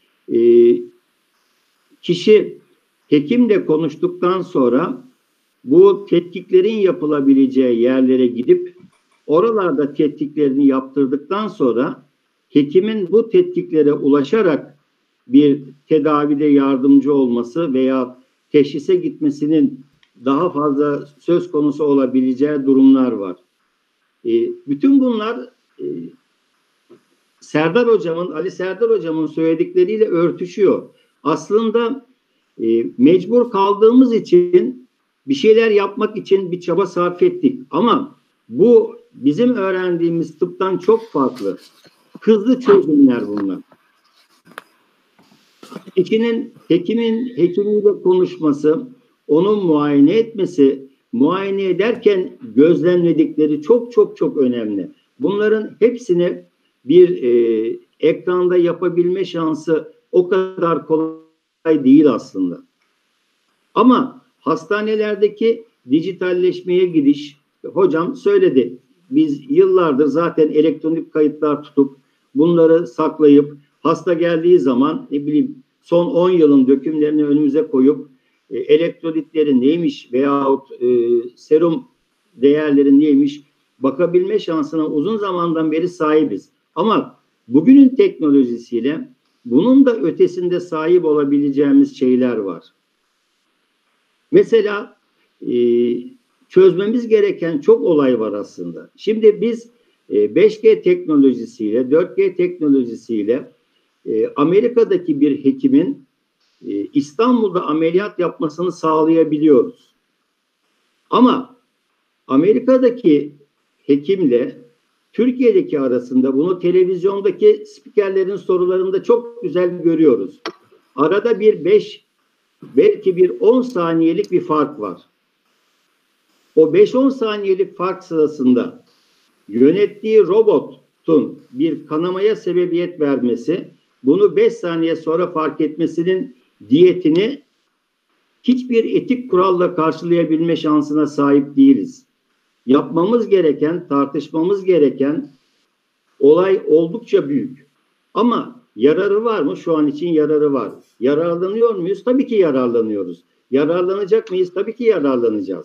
Kişi hekimle konuştuktan sonra bu tetkiklerin yapılabileceği yerlere gidip oralarda tetkiklerini yaptırdıktan sonra hekimin bu tetkiklere ulaşarak bir tedavide yardımcı olması veya teşhise gitmesinin daha fazla söz konusu olabileceği durumlar var. Bütün bunlar Ali Serdar Hocam'ın söyledikleriyle örtüşüyor. Aslında mecbur kaldığımız için bir şeyler yapmak için bir çaba sarf ettik. Ama bu bizim öğrendiğimiz tıptan çok farklı. Hızlı çözümler bunlar. Hekimin hekimiyle konuşması, onun muayene etmesi, muayene ederken gözlemledikleri çok önemli. Bunların hepsini bir ekranda yapabilme şansı o kadar kolay değil aslında. Ama hastanelerdeki dijitalleşmeye gidiş, hocam söyledi. Biz yıllardır zaten elektronik kayıtlar tutup bunları saklayıp hasta geldiği zaman son 10 yılın dökümlerini önümüze koyup elektrolitleri neymiş veyahut serum değerleri neymiş bakabilme şansına uzun zamandan beri sahibiz. Ama bugünün teknolojisiyle bunun da ötesinde sahip olabileceğimiz şeyler var. Mesela çözmemiz gereken çok olay var aslında. Şimdi biz 5G teknolojisiyle, 4G teknolojisiyle Amerika'daki bir hekimin İstanbul'da ameliyat yapmasını sağlayabiliyoruz. Ama Amerika'daki hekimle Türkiye'deki arasında bunu televizyondaki spikerlerin sorularında çok güzel görüyoruz. Arada belki bir 10 saniyelik bir fark var. O 5-10 saniyelik fark sırasında yönettiği robotun bir kanamaya sebebiyet vermesi, bunu 5 saniye sonra fark etmesinin diyetini hiçbir etik kuralla karşılayabilme şansına sahip değiliz. Yapmamız gereken, tartışmamız gereken olay oldukça büyük. Ama yararı var mı? Şu an için yararı var. Yararlanıyor muyuz? Tabii ki yararlanıyoruz. Yararlanacak mıyız? Tabii ki yararlanacağız.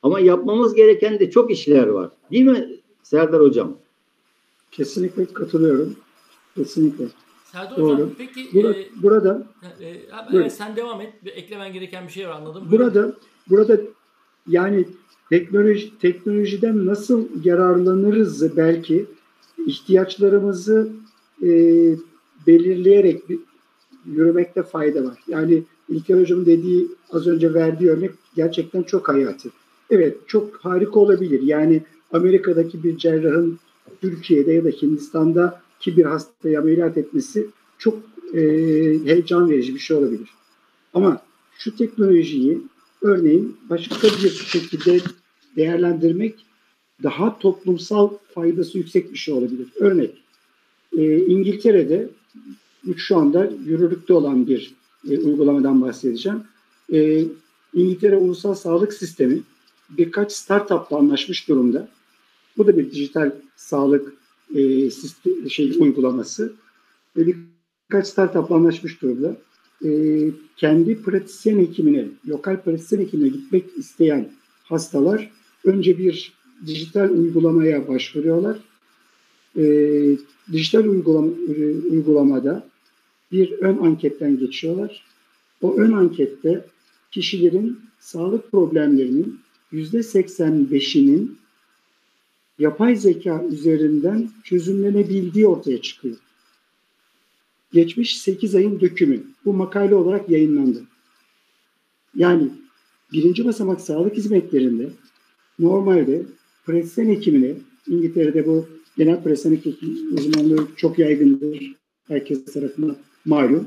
Ama yapmamız gereken de çok işler var. Değil mi Serdar Hocam? Kesinlikle katılıyorum. Kesinlikle. Serdar Hocam Doğru. peki Burada evet, sen devam et. Eklemen gereken bir şey var, anladım. Burada yani teknolojiden nasıl yararlanırız, belki ihtiyaçlarımızı belirleyerek yürümekte fayda var. Yani İlker Hocam'ın dediği, az önce verdiği örnek gerçekten çok hayati. Evet, çok harika olabilir. Yani Amerika'daki bir cerrahın Türkiye'de ya da Hindistan'daki bir hastayı ameliyat etmesi çok heyecan verici bir şey olabilir. Ama şu teknolojiyi örneğin başka bir şekilde değerlendirmek daha toplumsal faydası yüksek bir şey olabilir. Örnek, İngiltere'de şu anda yürürlükte olan bir uygulamadan bahsedeceğim. İngiltere Ulusal Sağlık Sistemi birkaç startupla anlaşmış durumda. Bu da bir dijital sağlık uygulaması. Ve birkaç startupla anlaşmış durumda. Kendi pratisyen hekimine, lokal pratisyen hekimine gitmek isteyen hastalar önce bir dijital uygulamaya başvuruyorlar. Dijital uygulamada bir ön anketten geçiyorlar. O ön ankette kişilerin sağlık problemlerinin %85'inin yapay zeka üzerinden çözümlenebildiği ortaya çıkıyor. Geçmiş 8 ayın dökümü. Bu makale olarak yayınlandı. Yani birinci basamak sağlık hizmetlerinde normalde pratisyen hekimine, İngiltere'de bu genel pratisyen hekim uzmanlığı çok yaygındır. Herkes tarafından malum.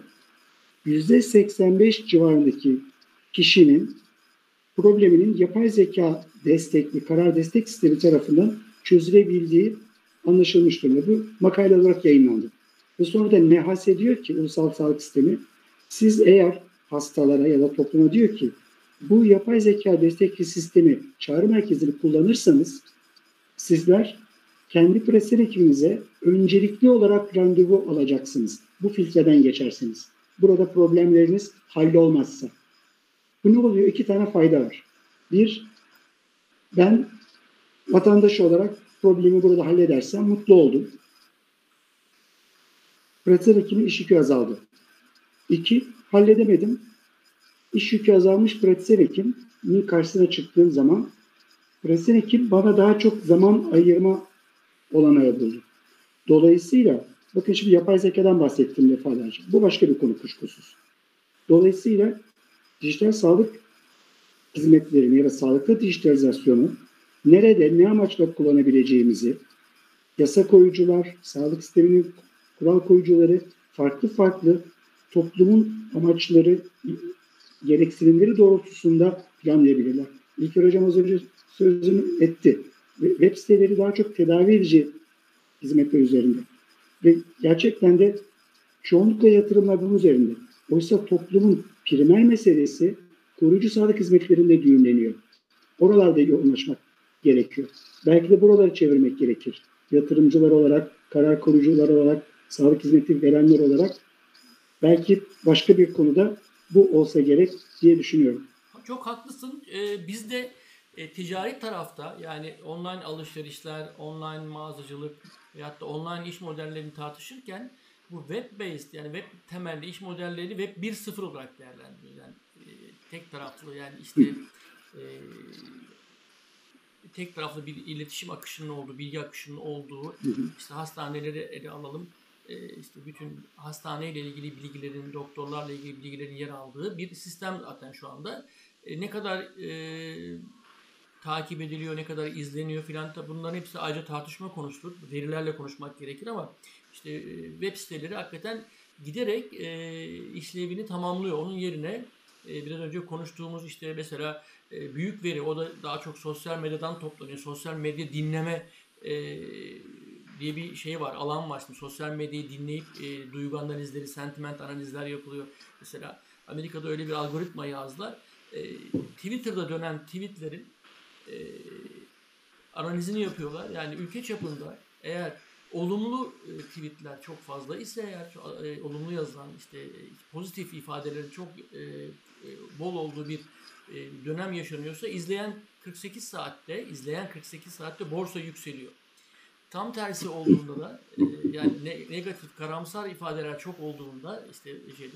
%85 civarındaki kişinin probleminin yapay zeka destekli karar destek sistemi tarafından çözülebildiği anlaşılmış durumda. Bu makale olarak yayınlandı. Ve sonra da NHS diyor ki, Ulusal Sağlık Sistemi, siz eğer hastalara ya da topluma diyor ki bu yapay zeka destekli sistemi, çağrı merkezini kullanırsanız sizler kendi pratisyen hekiminize öncelikli olarak randevu alacaksınız. Bu filtreden geçersiniz. Burada problemleriniz hallolmazsa. Bu ne oluyor? 2 tane fayda var. Bir, ben vatandaş olarak problemi burada halledersem mutlu oldum. Pratisyen hekimin iş yükü azaldı. 2, halledemedim. İş yükü azalmış pratisyen hekimin karşısına çıktığım zaman pratisyen hekim bana daha çok zaman ayırma olanağı buldu. Dolayısıyla bakın, şimdi yapay zekadan bahsettim defalarca. Bu başka bir konu kuşkusuz. Dolayısıyla dijital sağlık hizmetlerini ya da sağlıklı dijitalizasyonu nerede, ne amaçla kullanabileceğimizi yasa koyucular, sağlık sisteminin kural koyucuları farklı toplumun amaçları, gereksinimleri doğrultusunda planlayabilirler. İlker Hocam az önce sözünü etti. Web siteleri daha çok tedavi edici hizmetler üzerinde. Ve gerçekten de çoğunlukla yatırımlar bunun üzerinde. Oysa toplumun primer meselesi koruyucu sağlık hizmetlerinde düğümleniyor. Oralarda yoğunlaşmak gerekiyor. Belki de buraları çevirmek gerekir. Yatırımcılar olarak, karar korucular olarak, sağlık hizmeti verenler olarak belki başka bir konuda bu olsa gerek diye düşünüyorum. Çok haklısın. Biz de ticari tarafta, yani online alışverişler, online mağazacılık veyahut da online iş modellerini tartışırken bu web-based, yani web temelli iş modellerini web 1.0 olarak değerlendiriyoruz. Yani tek taraflı, yani işte tek taraflı bir iletişim akışının olduğu, bilgi akışının olduğu, işte hastaneleri ele alalım. İşte bütün hastaneyle ilgili bilgilerin, doktorlarla ilgili bilgilerin yer aldığı bir sistem zaten şu anda. Ne kadar takip ediliyor, ne kadar izleniyor filan, bunların hepsi ayrıca tartışma konusudur. Verilerle konuşmak gerekir ama işte web siteleri hakikaten giderek işlevini tamamlıyor. Onun yerine biraz önce konuştuğumuz işte mesela büyük veri, o da daha çok sosyal medyadan toplanıyor. Sosyal medya dinleme diye bir şey var, alan var. Şimdi sosyal medyayı dinleyip duygu analizleri, sentiment analizler yapılıyor. Mesela Amerika'da öyle bir algoritma yazdılar. Twitter'da dönen tweetlerin analizini yapıyorlar. Yani ülke çapında eğer olumlu tweetler çok fazla ise, eğer olumlu yazılan, işte pozitif ifadelerin çok bol olduğu bir dönem yaşanıyorsa izleyen 48 saatte borsa yükseliyor. Tam tersi olduğunda da yani negatif, karamsar ifadeler çok olduğunda işte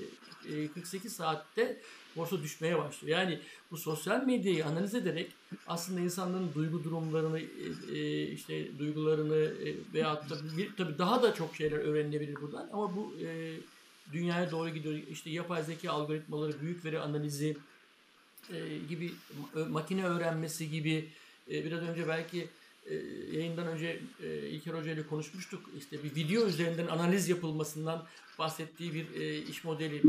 48 saatte borsa düşmeye başlıyor. Yani bu sosyal medyayı analiz ederek aslında insanların duygu durumlarını, işte duygularını veyahut da tabii daha da çok şeyler öğrenilebilir buradan. Ama bu dünyaya doğru gidiyor. İşte yapay zeka algoritmaları, büyük veri analizi gibi, makine öğrenmesi gibi, biraz önce belki yayından önce İlker Hoca ile konuşmuştuk. İşte bir video üzerinden analiz yapılmasından bahsettiği bir iş modeli,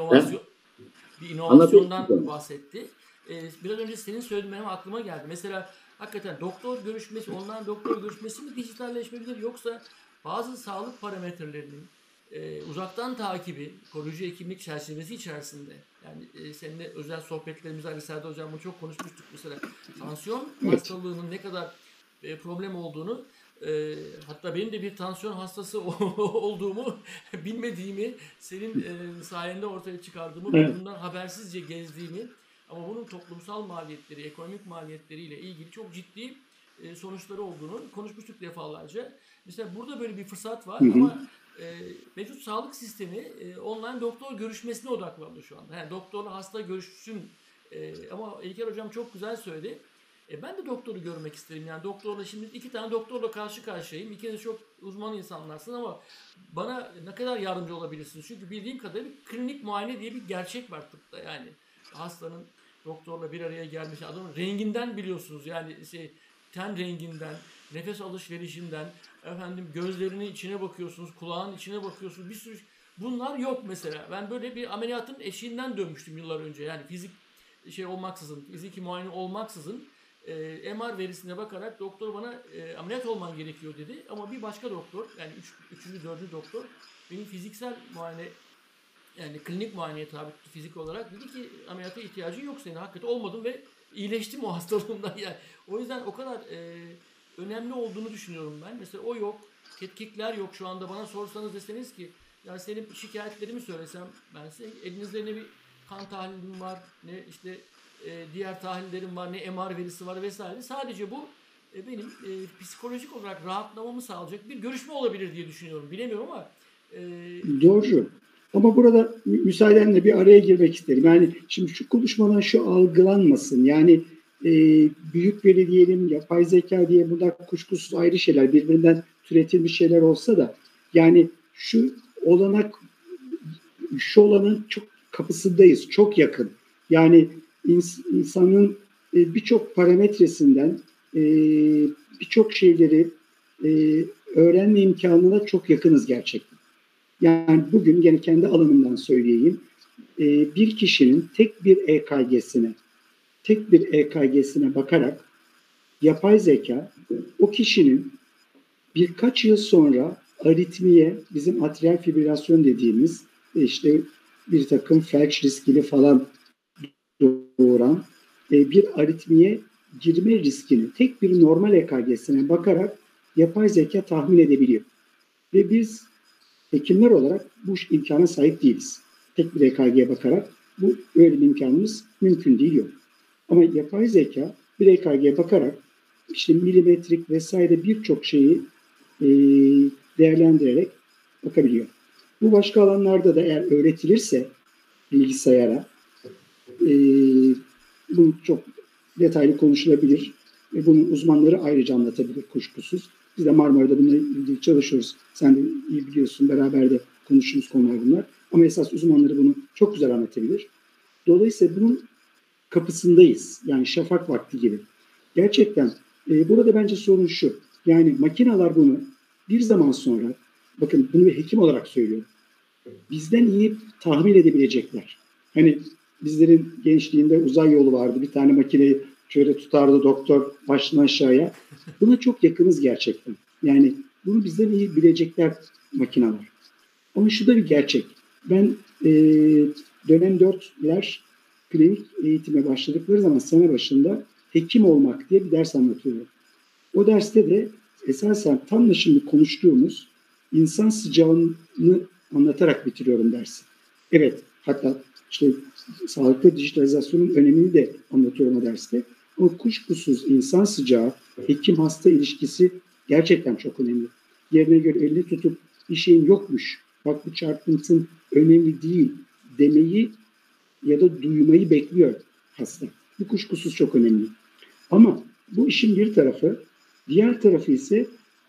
bir inovasyondan bahsetti. Biraz önce senin söylediğin benim aklıma geldi. Mesela hakikaten doktor görüşmesi, online doktor görüşmesi mi dijitalleşmelidir, yoksa bazı sağlık parametrelerinin uzaktan takibi, koruyucu hekimlik çerçevesi içerisinde, yani seninle özel sohbetlerimizde Ali Serdar Hocam bunu çok konuşmuştuk. Mesela tansiyon hastalığının ne kadar problem olduğunu, hatta benim de bir tansiyon hastası olduğumu bilmediğimi, senin sayende ortaya çıkardığımı, bundan habersizce gezdiğimi, ama bunun toplumsal maliyetleri, ekonomik maliyetleriyle ilgili çok ciddi sonuçları olduğunu konuşmuştuk defalarca. Mesela burada böyle bir fırsat var, ama mevcut sağlık sistemi online doktor görüşmesine odaklandı şu anda. Yani doktorla hasta görüşsün, ama İlker Hocam çok güzel söyledi. Ben de doktoru görmek isterim. Yani doktorla, şimdi 2 tane doktorla karşı karşıyayım. İkiniz çok uzman insanlarsın, ama bana ne kadar yardımcı olabilirsiniz? Çünkü bildiğim kadarıyla klinik muayene diye bir gerçek var tıpta. Yani hastanın doktorla bir araya gelmesi, adamın renginden biliyorsunuz. Yani ten renginden, nefes alışverişinden, gözlerinin içine bakıyorsunuz, kulağın içine bakıyorsunuz. Bir sürü bunlar yok mesela. Ben böyle bir ameliyatın eşiğinden dönmüştüm yıllar önce. Yani fiziki muayene olmaksızın MR verisine bakarak doktor bana ameliyat olman gerekiyor dedi. Ama bir başka doktor, yani 3. 4. doktor benim fiziksel muayene, yani klinik muayeneye tabi fizik olarak dedi ki ameliyata ihtiyacın yok senin. Hakikaten olmadım ve iyileştim o hastalığımdan. Yani o yüzden o kadar önemli olduğunu düşünüyorum ben. Mesela o yok. Tetkikler yok şu anda. Bana sorsanız, deseniz ki yani senin şikayetlerimi söylesem ben size, elinizde ne bir kan tahlilin var, ne işte diğer tahlillerim var, ne MR verisi var vesaire. Sadece bu benim psikolojik olarak rahatlamamı sağlayacak bir görüşme olabilir diye düşünüyorum. Bilemiyorum ama doğru. Ama burada müsaadenle bir araya girmek isterim. Yani şimdi şu konuşmadan şu algılanmasın. Yani büyük veri diyelim, yapay zeka diye, bunlar kuşkusuz ayrı şeyler. Birbirinden türetilmiş şeyler olsa da, yani şu olanın çok kapısındayız. Çok yakın. Yani insanın birçok parametresinden birçok şeyleri öğrenme imkanına çok yakınız gerçekten. Yani bugün gene kendi alanımdan söyleyeyim. Bir kişinin tek bir EKG'sine bakarak yapay zeka o kişinin birkaç yıl sonra aritmiye, bizim atrial fibrilasyon dediğimiz işte bir takım felç riskini falan doğuran bir aritmiye girme riskini tek bir normal EKG'sine bakarak yapay zeka tahmin edebiliyor. Ve biz hekimler olarak bu imkana sahip değiliz. Tek bir EKG'ye bakarak öyle bir imkanımız mümkün değil, yok. Ama yapay zeka bir EKG'ye bakarak işte milimetrik vesaire birçok şeyi değerlendirerek bakabiliyor. Bu başka alanlarda da eğer öğretilirse bilgisayara bu çok detaylı konuşulabilir ve bunun uzmanları ayrıca anlatabilir kuşkusuz. Biz de Marmara'da bununla ilgili çalışıyoruz. Sen de iyi biliyorsun, beraber de konuştuğumuz konular bunlar. Ama esas uzmanları bunu çok güzel anlatabilir. Dolayısıyla bunun kapısındayız. Yani şafak vakti gibi. Gerçekten burada bence sorun şu. Yani makineler bunu bir zaman sonra, bakın bunu bir hekim olarak söylüyorum, bizden iyi tahmin edebilecekler. Hani bizlerin gençliğinde uzay yolu vardı. Bir tane makineyi şöyle tutardı doktor baştan aşağıya. Buna çok yakınız gerçekten. Yani bunu bizden iyi bilecekler makineler. Ama şu da bir gerçek. Ben dönem 4'ler klinik eğitime başladıkları zaman sene başında hekim olmak diye bir ders anlatıyorum. O derste de esasen tam da şimdi konuştuğumuz insan sıcağını anlatarak bitiriyorum dersi. Evet, hatta işte sağlıkta dijitalizasyonun önemini de anlatıyorum o derste. Ama kuşkusuz insan sıcağı, hekim hasta ilişkisi gerçekten çok önemli. Yerine göre elini tutup bir şeyin yokmuş, bak bu çarpıntın önemli değil demeyi ya da duymayı bekliyor hasta. Bu kuşkusuz çok önemli. Ama bu işin bir tarafı, diğer tarafı ise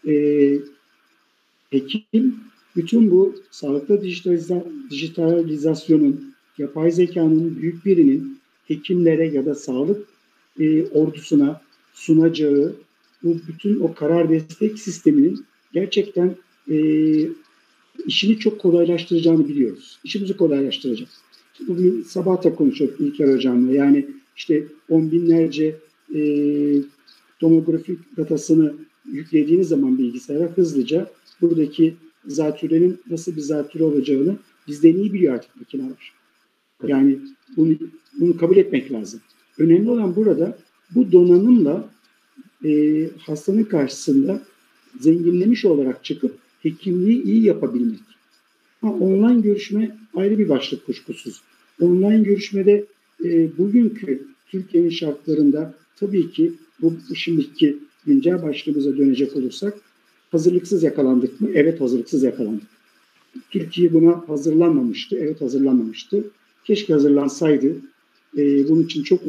hekim bütün bu sağlıkta dijitalizasyonun, yapay zekanın büyük birinin hekimlere ya da sağlık ordusuna sunacağı bu bütün o karar destek sisteminin gerçekten işini çok kolaylaştıracağını biliyoruz. İşimizi kolaylaştıracak. Bugün sabah da konuşuyorduk İlker Hocam'la. Yani işte on binlerce tomografik datasını yüklediğiniz zaman bilgisayara hızlıca buradaki zatürrenin nasıl bir zatürre olacağını bizden iyi biliyor artık makineler. Yani bunu kabul etmek lazım. Önemli olan burada bu donanımla hastanın karşısında zenginlemiş olarak çıkıp hekimliği iyi yapabilmek. Online görüşme ayrı bir başlık kuşkusuz. Online görüşmede bugünkü Türkiye'nin şartlarında tabii ki bu şimdiki güncel başlığımıza dönecek olursak hazırlıksız yakalandık mı? Evet, hazırlıksız yakalandık. Türkiye buna hazırlanmamıştı. Evet, hazırlanmamıştı. Keşke hazırlansaydı. Bunun için çok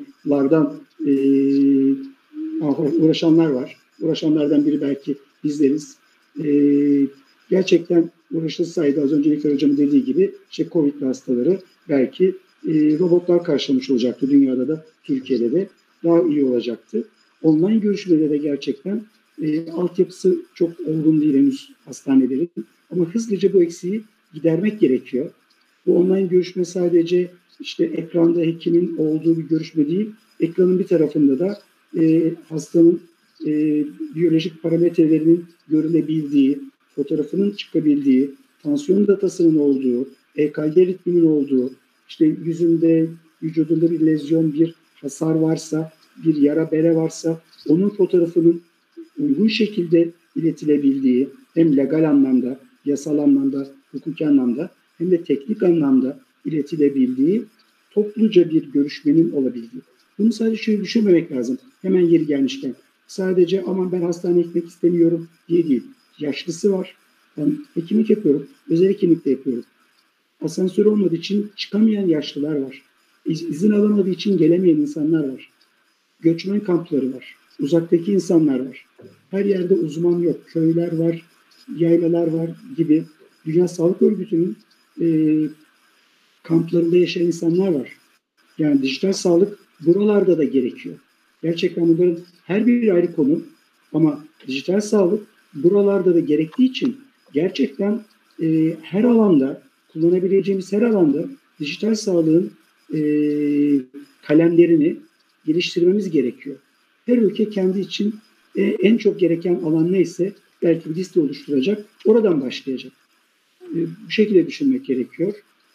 uğraşanlar var. Uğraşanlardan biri belki bizleriz. Gerçekten uğraşılsaydı az önce İlker Hocam'ın dediği gibi Covid hastaları belki robotlar karşılamış olacaktı dünyada da, Türkiye'de de daha iyi olacaktı. Online görüşmelerde gerçekten altyapısı çok olgun değil henüz hastanelerin. Ama hızlıca bu eksiği gidermek gerekiyor. Bu online görüşme sadece işte ekranda hekimin olduğu bir görüşme değil. Ekranın bir tarafında da hastanın biyolojik parametrelerinin görülebildiği, fotoğrafının çıkabildiği, tansiyon datasının olduğu, EKG ritminin olduğu, işte yüzünde, vücudunda bir lezyon, bir hasar varsa, bir yara bere varsa onun fotoğrafının uygun şekilde iletilebildiği, hem legal anlamda, yasal anlamda, hukuki anlamda hem de teknik anlamda iletilebildiği topluca bir görüşmenin olabildiği. Bunu sadece şöyle düşünmemek lazım. Hemen yeri gelmişken. Sadece aman ben hastaneye gitmek istemiyorum diye değil. Yaşlısı var. Ben hekimlik yapıyorum. Özel hekimlik de yapıyorum. Asansör olmadığı için çıkamayan yaşlılar var. İzin alamadığı için gelemeyen insanlar var. Göçmen kampları var. Uzaktaki insanlar var. Her yerde uzman yok. Köyler var, yaylalar var gibi. Dünya Sağlık Örgütü'nün kamplarında yaşayan insanlar var. Yani dijital sağlık buralarda da gerekiyor. Gerçekten bunların her biri ayrı konu ama dijital sağlık buralarda da gerektiği için gerçekten her alanda, kullanabileceğimiz her alanda dijital sağlığın kalemlerini geliştirmemiz gerekiyor. Her ülke kendi için en çok gereken alan neyse belki bir liste oluşturacak, oradan başlayacak. Bu şekilde düşünmek gerekiyor.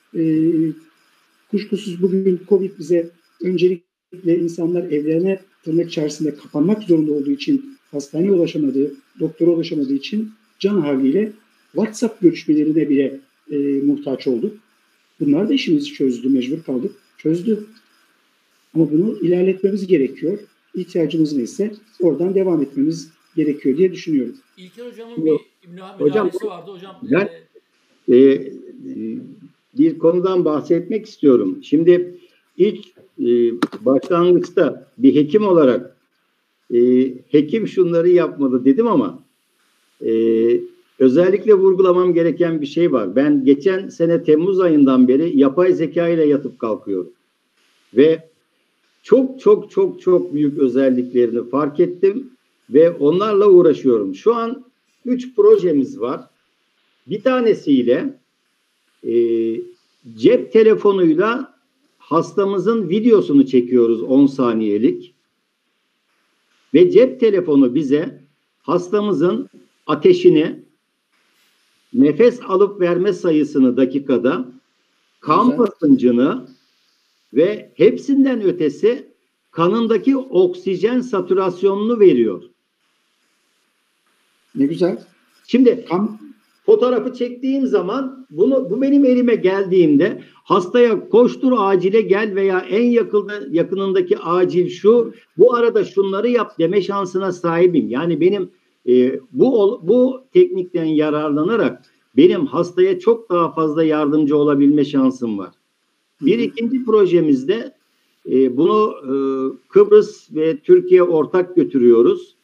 Kuşkusuz bugün Covid bize öncelikle insanlar evlerine tırnak içerisinde kapanmak zorunda olduğu için hastaneye ulaşamadığı, doktora ulaşamadığı için can havliyle WhatsApp görüşmelerine bile muhtaç olduk. Bunlar da işimizi çözdü, mecbur kaldık. Çözdü. Ama bunu ilerletmemiz gerekiyor. İhtiyacımız neyse oradan devam etmemiz gerekiyor diye düşünüyorum. İlker Hocam'ın bir müdahalesi vardı. Hocam ben bir konudan bahsetmek istiyorum. Şimdi ilk başlangıçta bir hekim olarak hekim şunları yapmalı dedim ama özellikle vurgulamam gereken bir şey var. Ben geçen sene Temmuz ayından beri yapay zeka ile yatıp kalkıyorum. Ve çok çok çok çok büyük özelliklerini fark ettim ve onlarla uğraşıyorum. Şu an 3 projemiz var. Bir tanesiyle cep telefonuyla hastamızın videosunu çekiyoruz 10 saniyelik. Ve cep telefonu bize hastamızın ateşini, nefes alıp verme sayısını dakikada, kan basıncını ve hepsinden ötesi kanındaki oksijen satürasyonunu veriyor. Ne güzel. Şimdi fotoğrafı çektiğim zaman bu benim elime geldiğimde hastaya koştur acile gel veya en yakınındaki acil şu, bu arada şunları yap deme şansına sahibim. Yani benim bu teknikten yararlanarak benim hastaya çok daha fazla yardımcı olabilme şansım var. Bir ikinci projemizde bunu Kıbrıs ve Türkiye ortak götürüyoruz.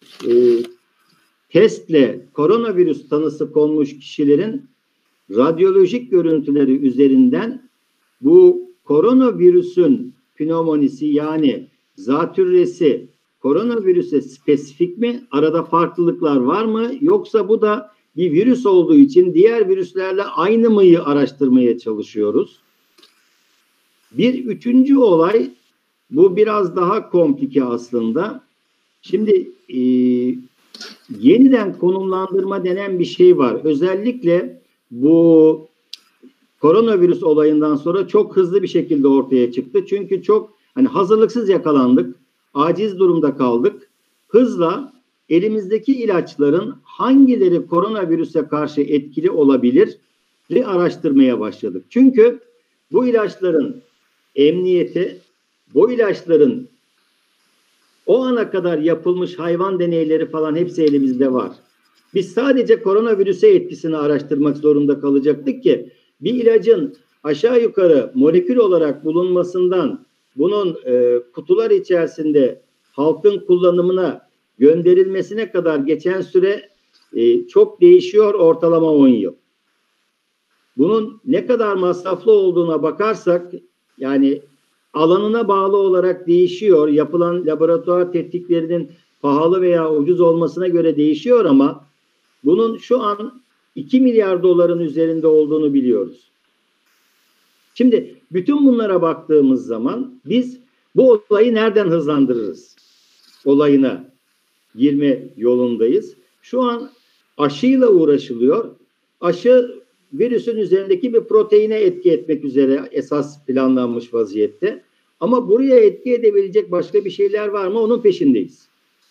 Testle koronavirüs tanısı konmuş kişilerin radyolojik görüntüleri üzerinden bu koronavirüsün pnömonisi yani zatürresi koronavirüse spesifik mi? Arada farklılıklar var mı? Yoksa bu da bir virüs olduğu için diğer virüslerle aynı mıyı araştırmaya çalışıyoruz. Bir üçüncü olay, bu biraz daha komplike aslında. Şimdi yeniden konumlandırma denen bir şey var. Özellikle bu koronavirüs olayından sonra çok hızlı bir şekilde ortaya çıktı. Çünkü çok hazırlıksız yakalandık, aciz durumda kaldık. Hızla elimizdeki ilaçların hangileri koronavirüse karşı etkili olabilir araştırmaya başladık. Çünkü bu ilaçların emniyeti, bu ilaçların o ana kadar yapılmış hayvan deneyleri falan hepsi elimizde var. Biz sadece koronavirüse etkisini araştırmak zorunda kalacaktık ki bir ilacın aşağı yukarı molekül olarak bulunmasından bunun kutular içerisinde halkın kullanımına gönderilmesine kadar geçen süre çok değişiyor, ortalama 10 yıl. Bunun ne kadar masraflı olduğuna bakarsak yani alanına bağlı olarak değişiyor. Yapılan laboratuvar tetkiklerinin pahalı veya ucuz olmasına göre değişiyor ama bunun şu an 2 milyar doların üzerinde olduğunu biliyoruz. Şimdi bütün bunlara baktığımız zaman biz bu olayı nereden hızlandırırız? Olayına girme yolundayız. Şu an aşıyla uğraşılıyor. Aşı virüsün üzerindeki bir proteine etki etmek üzere esas planlanmış vaziyette. Ama buraya etki edebilecek başka bir şeyler var mı? Onun peşindeyiz.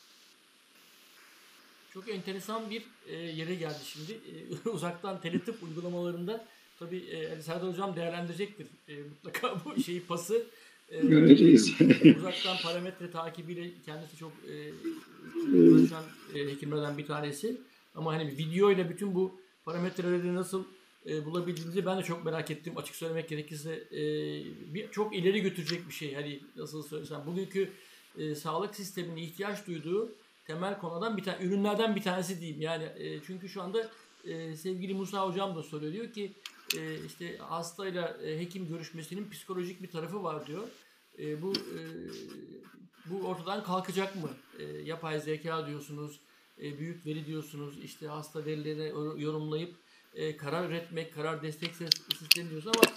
Çok enteresan bir yere geldi şimdi. Uzaktan teletıp uygulamalarında tabii Serdar Hocam değerlendirecektir mutlaka bu pası. Göreceğiz. Uzaktan parametre takibiyle kendisi çok uğraşan hekimlerden bir tanesi. Ama hani video ile bütün bu parametreleri nasıl bulabildiğinizi ben de çok merak ettim. Açık söylemek gerekirse çok ileri götürecek bir şey. Hani nasıl söylesem bugünkü sağlık sisteminin ihtiyaç duyduğu temel konudan ürünlerden bir tanesi diyeyim. Yani çünkü şu anda sevgili Musa Hocam da soruyor. Diyor ki işte hastayla hekim görüşmesinin psikolojik bir tarafı var diyor. Bu ortadan kalkacak mı? Yapay zeka diyorsunuz, büyük veri diyorsunuz, işte hasta verilerini yorumlayıp karar üretmek, karar destek sistemi diyoruz ama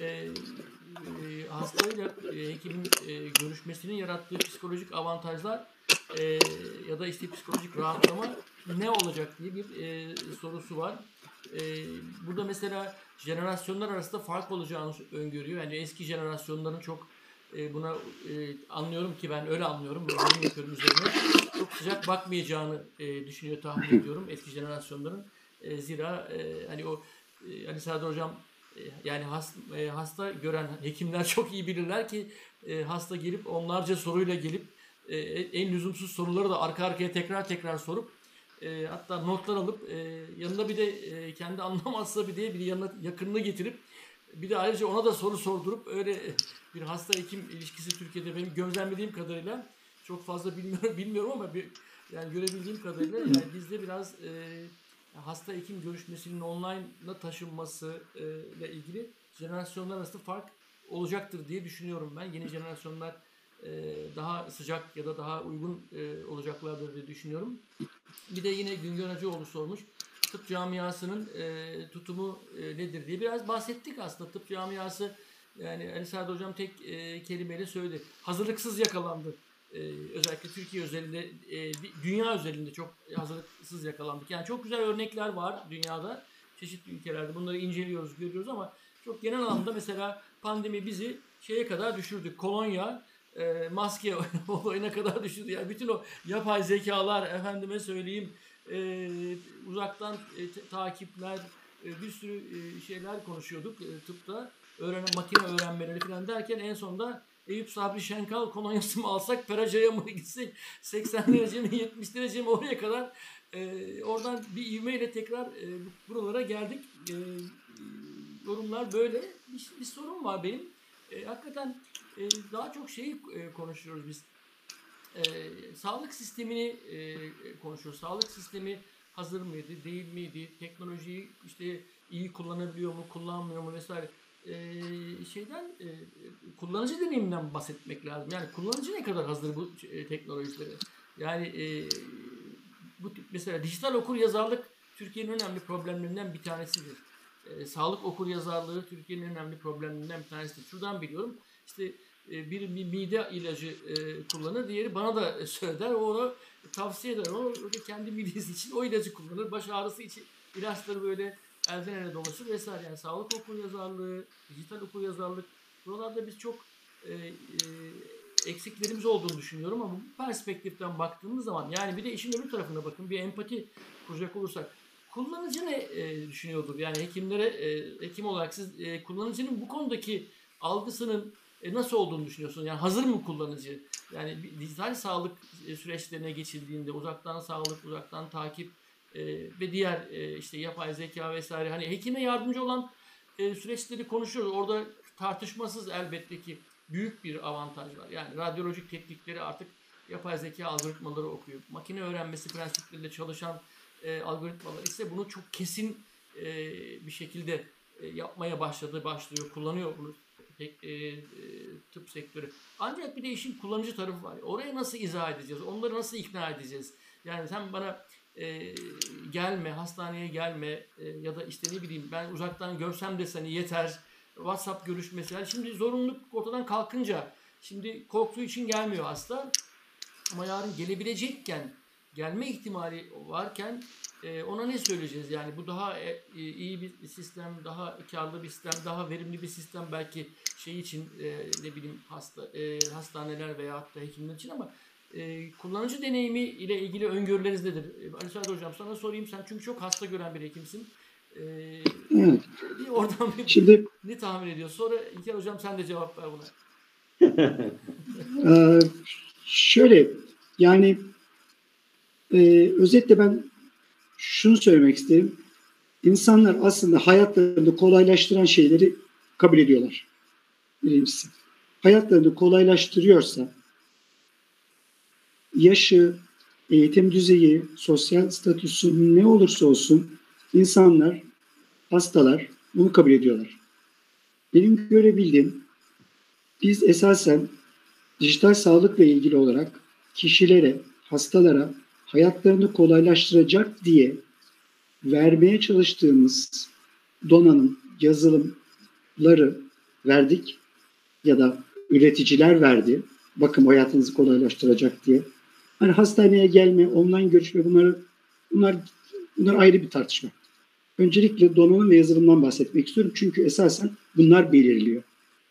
hastayla hekimin görüşmesinin yarattığı psikolojik avantajlar ya da işte psikolojik rahatlama ne olacak diye bir sorusu var. Burada mesela jenerasyonlar arasında fark olacağını öngörüyor. Yani eski jenerasyonların çok buna anlıyorum ki ben öyle anlıyorum. Böyle yapıyorum üzerine. Çok sıcak bakmayacağını düşünüyor, tahmin ediyorum eski jenerasyonların. Zira hani o hani Serdar Hocam yani hasta gören hekimler çok iyi bilirler ki hasta gelip onlarca soruyla gelip en lüzumsuz soruları da arka arkaya tekrar sorup hatta notlar alıp yanına bir de kendi anlamazsa bir yanına yakınını getirip bir de ayrıca ona da soru sordurup öyle bir hasta hekim ilişkisi Türkiye'de benim gözlemlediğim kadarıyla çok fazla bilmiyorum ama yani görebildiğim kadarıyla yani bizde biraz hasta hekim görüşmesinin online'a taşınması ile ilgili jenerasyonlar arasında fark olacaktır diye düşünüyorum ben. Yeni jenerasyonlar daha sıcak ya da daha uygun olacaklardır diye düşünüyorum. Bir de yine Güngör Hacıoğlu sormuş. Tıp camiasının tutumu nedir diye biraz bahsettik aslında. Tıp camiası yani Ali Serdar Hocam tek kelimeyle söyledi. Hazırlıksız yakalandı. Özellikle Türkiye özelinde, dünya özelinde çok hazırlıksız yakalandık. Yani çok güzel örnekler var dünyada, çeşitli ülkelerde. Bunları inceliyoruz, görüyoruz ama çok genel anlamda mesela pandemi bizi şeye kadar düşürdü. Kolonya, maske olayına kadar düşürdü. Yani bütün o yapay zekalar, efendime söyleyeyim, uzaktan takipler, bir sürü şeyler konuşuyorduk tıpta. Makine öğrenmeleri falan derken en sonunda Eyüp Sabri Şenkal kolonyası mı alsak, Peraca'ya mı gitsek, 80 derece mi 70 derece mi, oraya kadar oradan bir ivmeyle tekrar buralara geldik. Yorumlar böyle. Bir sorun var benim. Hakikaten daha çok şeyi konuşuyoruz biz. Sağlık sistemini konuşuyoruz. Sağlık sistemi hazır mıydı, değil miydi? Teknolojiyi işte iyi kullanabiliyor mu, kullanmıyor mu vesaire. Kullanıcı deneyiminden bahsetmek lazım. Yani kullanıcı ne kadar hazır bu teknolojilere? Yani bu mesela dijital okuryazarlık Türkiye'nin önemli problemlerinden bir tanesidir. Sağlık okuryazarlığı Türkiye'nin önemli problemlerinden bir tanesidir. Şuradan biliyorum. İşte bir mide ilacı kullanır, diğeri bana da söyler, o onu tavsiye eder. O kendi midesi için o ilacı kullanır. Baş ağrısı için ilaçları böyle elden ele dolaşır vesaire. Yani sağlık okuryazarlığı, dijital okuryazarlık, buralarda biz çok eksiklerimiz olduğunu düşünüyorum ama bu perspektiften baktığımız zaman, yani bir de işin öbür tarafına bakın, bir empati kuracak olursak, kullanıcı ne düşünüyordur? Yani hekim olarak siz kullanıcının bu konudaki algısının nasıl olduğunu düşünüyorsunuz? Yani hazır mı kullanıcı? Yani dijital sağlık süreçlerine geçildiğinde uzaktan sağlık, uzaktan takip ve diğer işte yapay zeka vesaire, hani hekime yardımcı olan süreçleri konuşuyoruz. Orada tartışmasız elbette ki büyük bir avantaj var. Yani radyolojik teknikleri artık yapay zeka algoritmaları okuyor. Makine öğrenmesi prensipleriyle çalışan algoritmalar ise bunu çok kesin bir şekilde yapmaya başlıyor, kullanıyor bunu tıp sektörü. Ancak bir de işin kullanıcı tarafı var. Oraya nasıl izah edeceğiz? Onları nasıl ikna edeceğiz? Yani sen bana gelme, hastaneye gelme ya da işte ne bileyim ben uzaktan görsem de seni yeter. WhatsApp görüşmesi. Yani şimdi zorunluluk ortadan kalkınca, şimdi korktuğu için gelmiyor hasta. Ama yarın gelebilecekken, gelme ihtimali varken ona ne söyleyeceğiz? Yani bu daha iyi bir sistem, daha karlı bir sistem, daha verimli bir sistem belki şey için, ne bileyim hastaneler veya hatta hekimler için, ama kullanıcı deneyimi ile ilgili öngörüleriniz nedir? Ali Sadi Hocam, sana sorayım, sen çünkü çok hasta gören bir hekimsin. Evet. Oradan Şimdi ne tahmin ediyorsun? Sonra İlker Hocam sen de cevap ver buna. Şöyle, yani özetle ben şunu söylemek isterim. İnsanlar aslında hayatlarını kolaylaştıran şeyleri kabul ediyorlar. Birincisi. Hayatlarını kolaylaştırıyorsa, yaşı, eğitim düzeyi, sosyal statüsü ne olursa olsun insanlar, hastalar bunu kabul ediyorlar. Benim görebildiğim, biz esasen dijital sağlıkla ilgili olarak kişilere, hastalara hayatlarını kolaylaştıracak diye vermeye çalıştığımız donanım, yazılımları verdik ya da üreticiler verdi. Bakın hayatınızı kolaylaştıracak diye. Hani hastaneye gelme, online görüşme, bunlar ayrı bir tartışma. Öncelikle donanım ve yazılımdan bahsetmek istiyorum. Çünkü esasen bunlar belirliyor.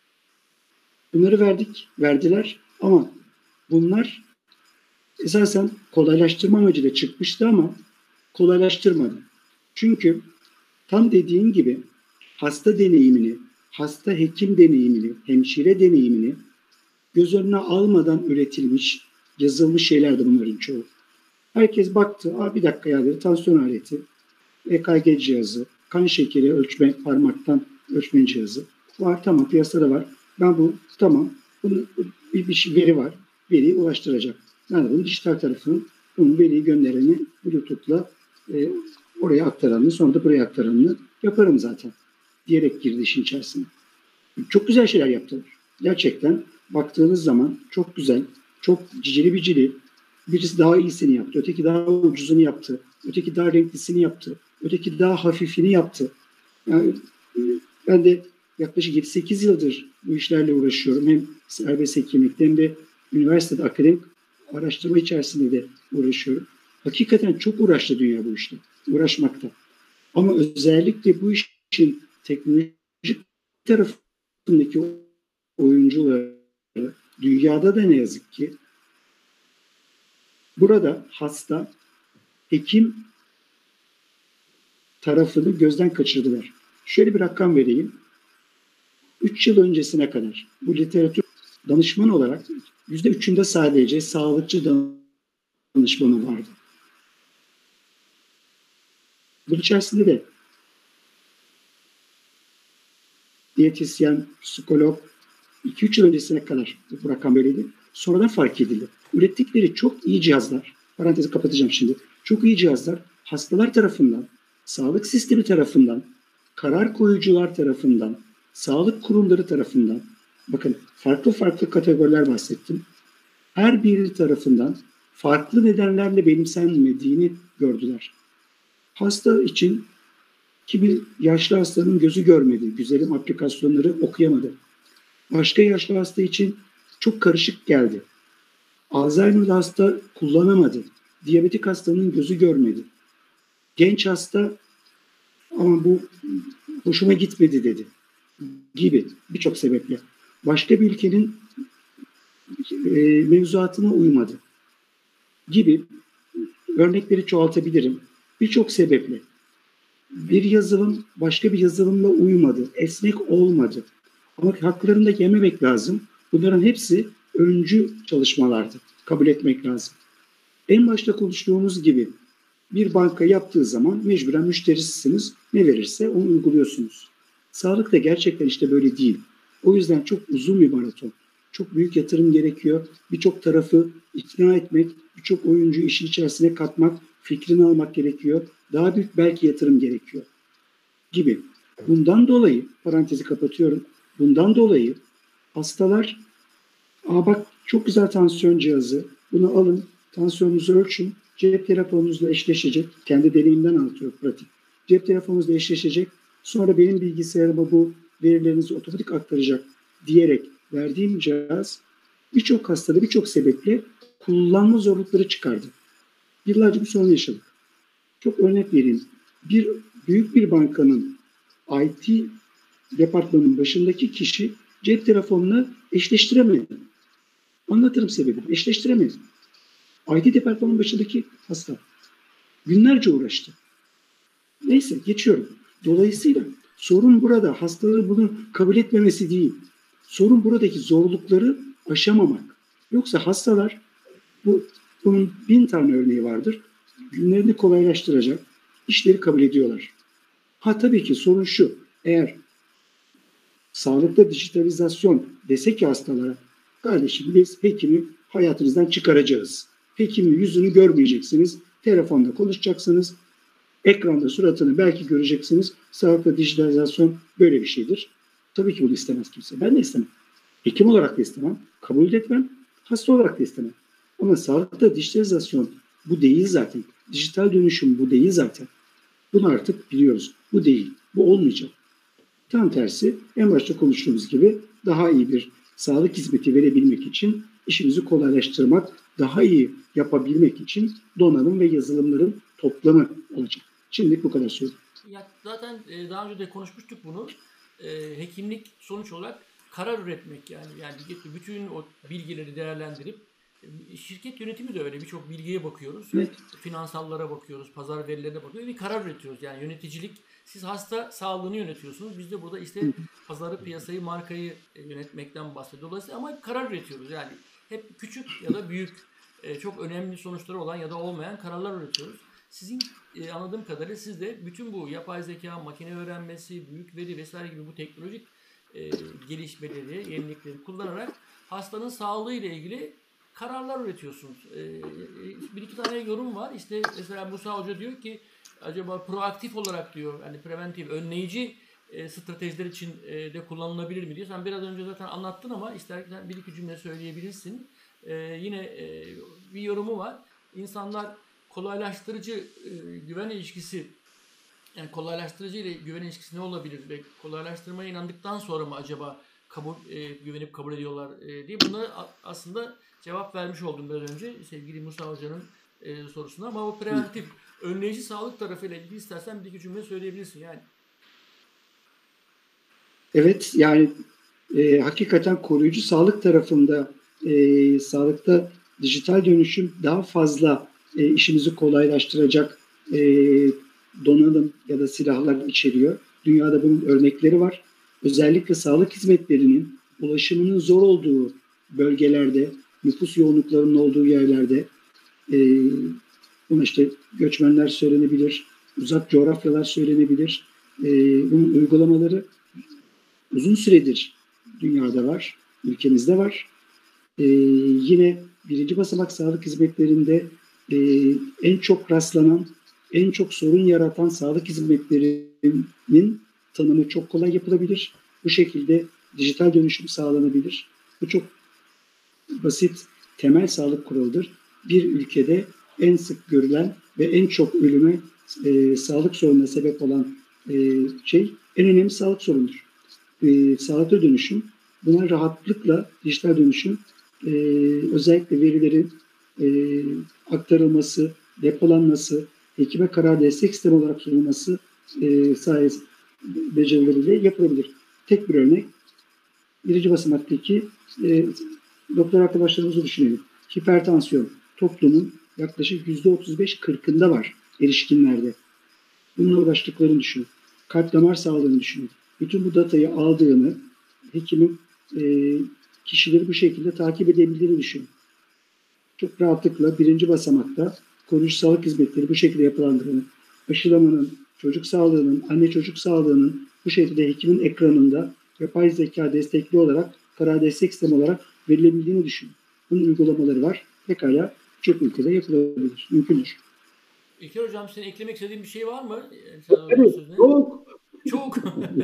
Bunları verdiler ama bunlar esasen kolaylaştırma amacıyla çıkmıştı ama kolaylaştırmadı. Çünkü tam dediğin gibi hasta deneyimini, hasta hekim deneyimini, hemşire deneyimini göz önüne almadan üretilmiş, yazılmış şeyler de bunların çoğu. Herkes baktı, bir dakika ya dedi, tansiyon aleti, EKG cihazı, kan şekeri ölçme, parmaktan ölçme cihazı var, tamam, piyasada var. Ben bu, tamam, bunun bir veri var, veriyi ulaştıracak. Yani bunun dijital tarafının, bunun veriyi göndereni Bluetooth'la oraya aktaranını, sonra da buraya aktaranını yaparım zaten diyerek girdi işin içerisine. Çok güzel şeyler yaptılar. Gerçekten baktığınız zaman çok güzel, çok cicili bicili. Birisi daha iyisini yaptı, öteki daha ucuzunu yaptı, öteki daha renklisini yaptı, öteki daha hafifini yaptı. Yani ben de yaklaşık 7-8 yıldır bu işlerle uğraşıyorum. Hem serbest hekimlikte hem de üniversitede akademik araştırma içerisinde de uğraşıyorum. Hakikaten çok uğraştı dünya bu işle, uğraşmakta. Ama özellikle bu işin teknolojik tarafındaki oyuncuları dünyada da ne yazık ki burada hasta hekim tarafını gözden kaçırdılar. Şöyle bir rakam vereyim. 3 yıl öncesine kadar bu literatür danışman olarak %3'ünde sadece sağlıkçı danışmanı vardı. Bunun içerisinde de diyetisyen, psikolog 2-3 yıl öncesine kadar bu rakam böyleydi. Sonradan fark edildi. Ürettikleri çok iyi cihazlar, parantezi kapatacağım şimdi, çok iyi cihazlar hastalar tarafından, sağlık sistemi tarafından, karar koyucular tarafından, sağlık kurumları tarafından, bakın farklı farklı kategoriler bahsettim. Her biri tarafından farklı nedenlerle benimsenmediğini gördüler. Hasta için kimi yaşlı hastanın gözü görmedi, güzelim aplikasyonları okuyamadı. Başka yaşlı hasta için çok karışık geldi. Alzheimer'lı hasta kullanamadı. Diyabetik hastanın gözü görmedi. Genç hasta ama bu hoşuma gitmedi dedi gibi birçok sebeple. Başka bir ülkenin mevzuatına uymadı gibi örnekleri çoğaltabilirim. Birçok sebeple. Bir yazılım başka bir yazılımla uymadı, esnek olmadı. Ama haklarını da yememek lazım. Bunların hepsi öncü çalışmalardı. Kabul etmek lazım. En başta konuştuğumuz gibi bir banka yaptığı zaman mecburen müşterisisiniz. Ne verirse onu uyguluyorsunuz. Sağlık da gerçekten işte böyle değil. O yüzden çok uzun bir maraton. Çok büyük yatırım gerekiyor. Birçok tarafı ikna etmek, birçok oyuncuyu işin içerisine katmak, fikrini almak gerekiyor. Daha büyük belki yatırım gerekiyor gibi. Bundan dolayı, parantezi kapatıyorum, bundan dolayı hastalar, bak çok güzel tansiyon cihazı, bunu alın, tansiyonunuzu ölçün, cep telefonunuzla eşleşecek, kendi deneyimden anlatıyor pratik, cep telefonunuzla eşleşecek, sonra benim bilgisayarıma bu verilerinizi otomatik aktaracak diyerek verdiğim cihaz birçok hastada birçok sebeple kullanma zorlukları çıkardı. Yıllarca bir sorun yaşadık. Çok örnek vereyim. Büyük bir bankanın IT departmanının başındaki kişi cep telefonunu eşleştiremedi. Anlatırım sebebini. Eşleştiremedi. IT departmanının başındaki hasta. Günlerce uğraştı. Neyse geçiyorum. Dolayısıyla sorun burada hastaların bunu kabul etmemesi değil. Sorun buradaki zorlukları aşamamak. Yoksa hastalar bunun 1000 tane örneği vardır. Günlerini kolaylaştıracak işleri kabul ediyorlar. Tabii ki sorun şu. Eğer sağlıkta dijitalizasyon desek ki hastalara, kardeşim biz hekimi hayatınızdan çıkaracağız. Hekimin yüzünü görmeyeceksiniz. Telefonda konuşacaksınız. Ekranda suratını belki göreceksiniz. Sağlıkta dijitalizasyon böyle bir şeydir. Tabii ki bunu istemez kimse. Ben de istemem. Hekim olarak da istemem. Kabul etmem. Hasta olarak da istemem. Ama sağlıkta dijitalizasyon bu değil zaten. Dijital dönüşüm bu değil zaten. Bunu artık biliyoruz. Bu değil. Bu olmayacak. Tam tersi en başta konuştuğumuz gibi daha iyi bir sağlık hizmeti verebilmek için işimizi kolaylaştırmak, daha iyi yapabilmek için donanım ve yazılımların toplamı olacak. Şimdilik bu kadar söyleyeyim. Ya zaten daha önce de konuşmuştuk bunu. Hekimlik sonuç olarak karar üretmek yani bütün o bilgileri değerlendirip şirket yönetimi de öyle. Birçok bilgiye bakıyoruz. Evet. Finansallara bakıyoruz, pazar verilerine bakıyoruz. Bir karar üretiyoruz. Yani yöneticilik, siz hasta sağlığını yönetiyorsunuz. Biz de burada işte pazarı, piyasayı, markayı yönetmekten bahsediyoruz. Dolayısıyla ama karar üretiyoruz. Yani hep küçük ya da büyük, çok önemli sonuçları olan ya da olmayan kararlar üretiyoruz. Sizin anladığım kadarıyla siz de bütün bu yapay zeka, makine öğrenmesi, büyük veri vesaire gibi bu teknolojik gelişmeleri, yenilikleri kullanarak hastanın sağlığı ile ilgili kararlar üretiyorsunuz. Bir iki tane yorum var. İşte mesela Musa Hoca diyor ki acaba proaktif olarak diyor, yani preventif, önleyici stratejiler için de kullanılabilir mi diyor. Sen biraz önce zaten anlattın ama istersen bir iki cümle söyleyebilirsin. Yine bir yorumu var. İnsanlar kolaylaştırıcı güven ilişkisi, yani kolaylaştırıcı ile güven ilişkisi ne olabilir ve kolaylaştırmaya inandıktan sonra mı acaba güvenip kabul ediyorlar diye bunlara aslında cevap vermiş oldum biraz önce sevgili Musa Hoca'nın sorusuna. Ama o preventif, önleyici sağlık tarafıyla ilgili istersen bir iki cümle söyleyebilirsin yani. Evet, yani hakikaten koruyucu sağlık tarafında sağlıkta dijital dönüşüm daha fazla işimizi kolaylaştıracak donanım ya da silahlar içeriyor. Dünyada bunun örnekleri var. Özellikle sağlık hizmetlerinin ulaşımının zor olduğu bölgelerde, nüfus yoğunluklarının olduğu yerlerde buna işte göçmenler söylenebilir, uzak coğrafyalar söylenebilir. Bunun uygulamaları uzun süredir dünyada var, ülkemizde var. Yine birinci basamak sağlık hizmetlerinde en çok rastlanan, en çok sorun yaratan sağlık hizmetlerinin tanımı çok kolay yapılabilir. Bu şekilde dijital dönüşüm sağlanabilir. Bu çok basit, temel sağlık kuralıdır. Bir ülkede en sık görülen ve en çok ölüme sağlık sorununa sebep olan en önemli sağlık sorunudur. Sağlıklı dönüşüm, buna rahatlıkla dijital dönüşüm, özellikle verilerin aktarılması, depolanması, hekime karar destek sistemi olarak sunulması sayesinde becerileriyle yapılabilir. Tek bir örnek, birinci basamaktaki doktor arkadaşlarımızı düşünelim. Hipertansiyon toplumun yaklaşık %35-40'ında var erişkinlerde. Bununla uğraştıklarını düşünün. Kalp damar sağlığını düşünün. Bütün bu datayı aldığını, hekimin kişileri bu şekilde takip edebildiğini düşünün. Çok rahatlıkla birinci basamakta koruyucu sağlık hizmetleri bu şekilde yapılandığını, aşılamanın, çocuk sağlığının, anne çocuk sağlığının bu şekilde hekimin ekranında yapay zeka destekli olarak, karar destek sistemi olarak verilebildiğini düşünün. Bunun uygulamaları var. Pekala çok ülkede yapılabilir, mümkündür. İlker Hocam, senin eklemek istediğin bir şey var mı? Evet, çok.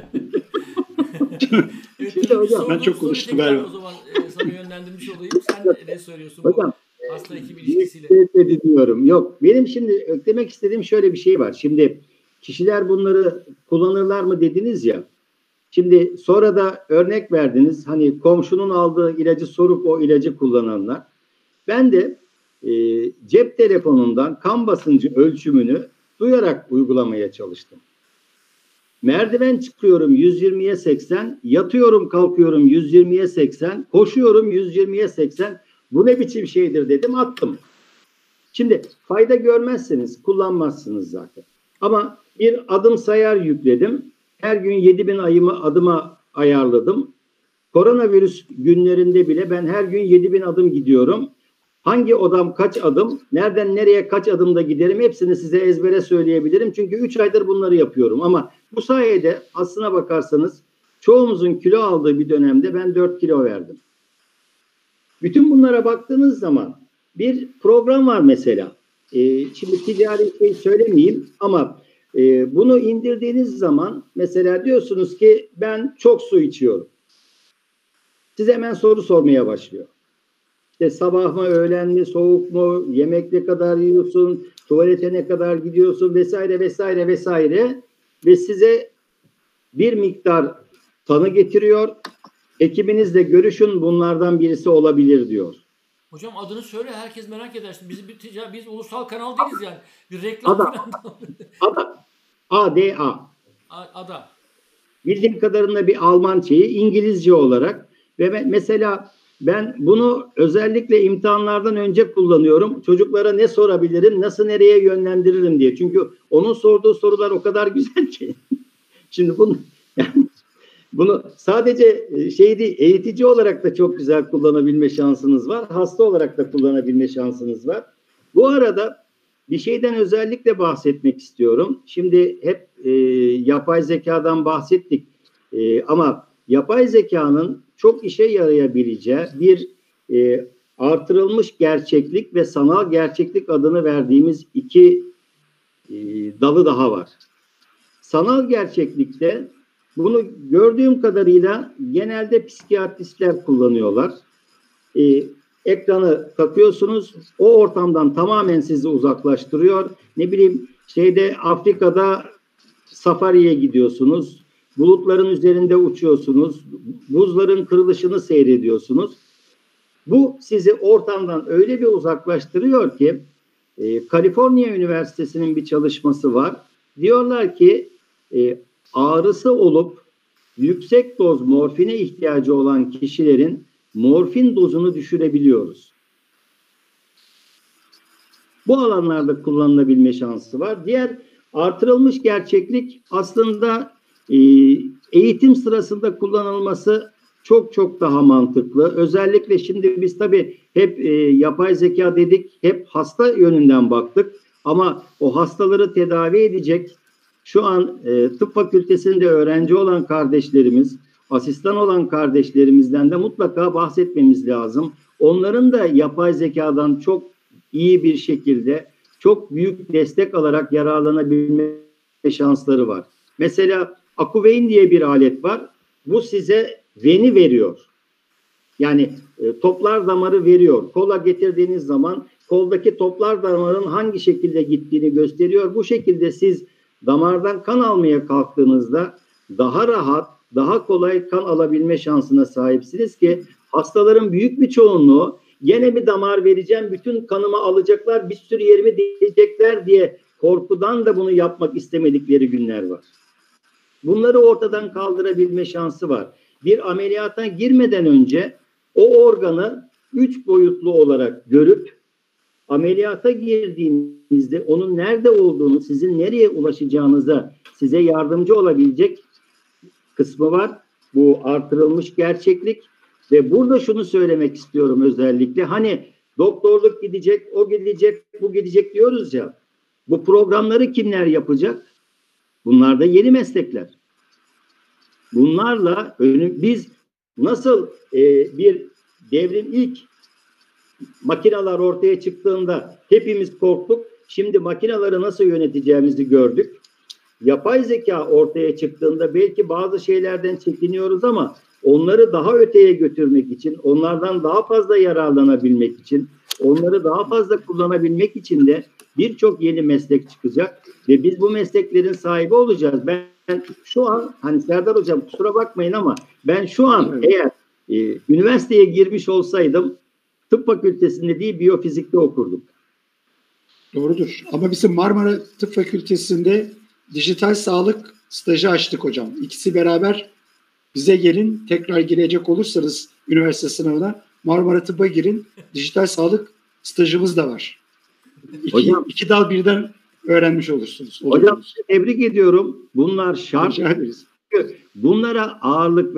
Evet, Şimdi hocam ben çok konuştum galiba. O zaman sana yönlendirmiş olayım. Sen ne söylüyorsun hocam, bu hasta ekip ilişkisiyle? Dinliyorum. Yok, benim şimdi eklemek istediğim şöyle bir şey var. Şimdi kişiler bunları kullanırlar mı dediniz ya. Şimdi sonra da örnek verdiniz. Hani komşunun aldığı ilacı sorup o ilacı kullananlar. Ben de cep telefonundan kan basıncı ölçümünü duyarak uygulamaya çalıştım. Merdiven çıkıyorum 120'ye 80, yatıyorum kalkıyorum 120'ye 80, koşuyorum 120'ye 80. Bu ne biçim şeydir dedim, attım. Şimdi fayda görmezseniz kullanmazsınız zaten. Ama bir adım sayar yükledim. Her gün 7.000 adıma ayarladım. Koronavirüs günlerinde bile ben her gün 7.000 adım gidiyorum. Hangi odam kaç adım, nereden nereye kaç adımda giderim hepsini size ezbere söyleyebilirim. Çünkü 3 aydır bunları yapıyorum. Ama bu sayede aslına bakarsanız çoğumuzun kilo aldığı bir dönemde ben 4 kilo verdim. Bütün bunlara baktığınız zaman bir program var mesela. Şimdi ticari şey söylemeyeyim ama bunu indirdiğiniz zaman mesela diyorsunuz ki ben çok su içiyorum. Size hemen soru sormaya başlıyor. İşte sabah mı, öğlen mi, soğuk mu, yemek ne kadar yiyorsun, tuvalete ne kadar gidiyorsun vesaire vesaire vesaire ve size bir miktar tanı getiriyor. Ekibinizle görüşün, bunlardan birisi olabilir diyor. Hocam adını söyle, herkes merak eder. Biz ulusal kanal değiliz yani. Bir reklam falan. Ada. ADA. Ada. Bildiğim kadarıyla bir Alman şeyi, İngilizce olarak ve mesela ben bunu özellikle imtihanlardan önce kullanıyorum. Çocuklara ne sorabilirim, nasıl nereye yönlendiririm diye. Çünkü onun sorduğu sorular o kadar güzel ki. Şimdi bunu sadece eğitici olarak da çok güzel kullanabilme şansınız var. Hasta olarak da kullanabilme şansınız var. Bu arada bir şeyden özellikle bahsetmek istiyorum. Şimdi hep yapay zekadan bahsettik. Ama yapay zekanın çok işe yarayabileceği bir artırılmış gerçeklik ve sanal gerçeklik adını verdiğimiz iki dalı daha var. Sanal gerçeklikte bunu gördüğüm kadarıyla genelde psikiyatristler kullanıyorlar. Ekranı takıyorsunuz, o ortamdan tamamen sizi uzaklaştırıyor. Ne bileyim Afrika'da safariye gidiyorsunuz. Bulutların üzerinde uçuyorsunuz. Buzların kırılışını seyrediyorsunuz. Bu sizi ortamdan öyle bir uzaklaştırıyor ki Kaliforniya Üniversitesi'nin bir çalışması var. Diyorlar ki ağrısı olup yüksek doz morfine ihtiyacı olan kişilerin morfin dozunu düşürebiliyoruz. Bu alanlarda kullanılabilme şansı var. Diğer artırılmış gerçeklik aslında eğitim sırasında kullanılması çok çok daha mantıklı. Özellikle şimdi biz tabii hep yapay zeka dedik, hep hasta yönünden baktık. Ama o hastaları tedavi edecek, şu an tıp fakültesinde öğrenci olan kardeşlerimiz, asistan olan kardeşlerimizden de mutlaka bahsetmemiz lazım. Onların da yapay zekadan çok iyi bir şekilde, çok büyük destek alarak yararlanabilme şansları var. Mesela Akuvein diye bir alet var. Bu size veni veriyor. Yani toplar damarı veriyor. Kola getirdiğiniz zaman koldaki toplar damarın hangi şekilde gittiğini gösteriyor. Bu şekilde siz damardan kan almaya kalktığınızda daha rahat, daha kolay kan alabilme şansına sahipsiniz ki hastaların büyük bir çoğunluğu gene bir damar vereceğim, bütün kanımı alacaklar, bir sürü yerimi değecekler diye korkudan da bunu yapmak istemedikleri günler var. Bunları ortadan kaldırabilme şansı var. Bir ameliyata girmeden önce o organı 3 boyutlu olarak görüp ameliyata girdiğinizde onun nerede olduğunu, sizin nereye ulaşacağınıza size yardımcı olabilecek kısmı var. Bu artırılmış gerçeklik ve burada şunu söylemek istiyorum özellikle. Hani doktorluk gidecek, o gidecek, bu gidecek diyoruz ya. Bu programları kimler yapacak? Bunlar da yeni meslekler. Bunlarla biz nasıl bir devrim ilk makineler ortaya çıktığında hepimiz korktuk. Şimdi makineleri nasıl yöneteceğimizi gördük. Yapay zeka ortaya çıktığında belki bazı şeylerden çekiniyoruz ama onları daha öteye götürmek için, onlardan daha fazla yararlanabilmek için, onları daha fazla kullanabilmek için de birçok yeni meslek çıkacak ve biz bu mesleklerin sahibi olacağız. Ben şu an, hani Serdar Hocam kusura bakmayın ama ben şu an eğer üniversiteye girmiş olsaydım tıp fakültesinde değil biyofizikte okurdum. Doğrudur. Ama bizim Marmara Tıp Fakültesi'nde dijital sağlık stajı açtık hocam. İkisi beraber bize gelin. Tekrar girecek olursanız üniversite sınavına Marmara Tıp'a girin. Dijital sağlık stajımız da var. İki dal birden öğrenmiş olursunuz. Hocam tebrik ediyorum. Bunlar şart. Bunlara ağırlık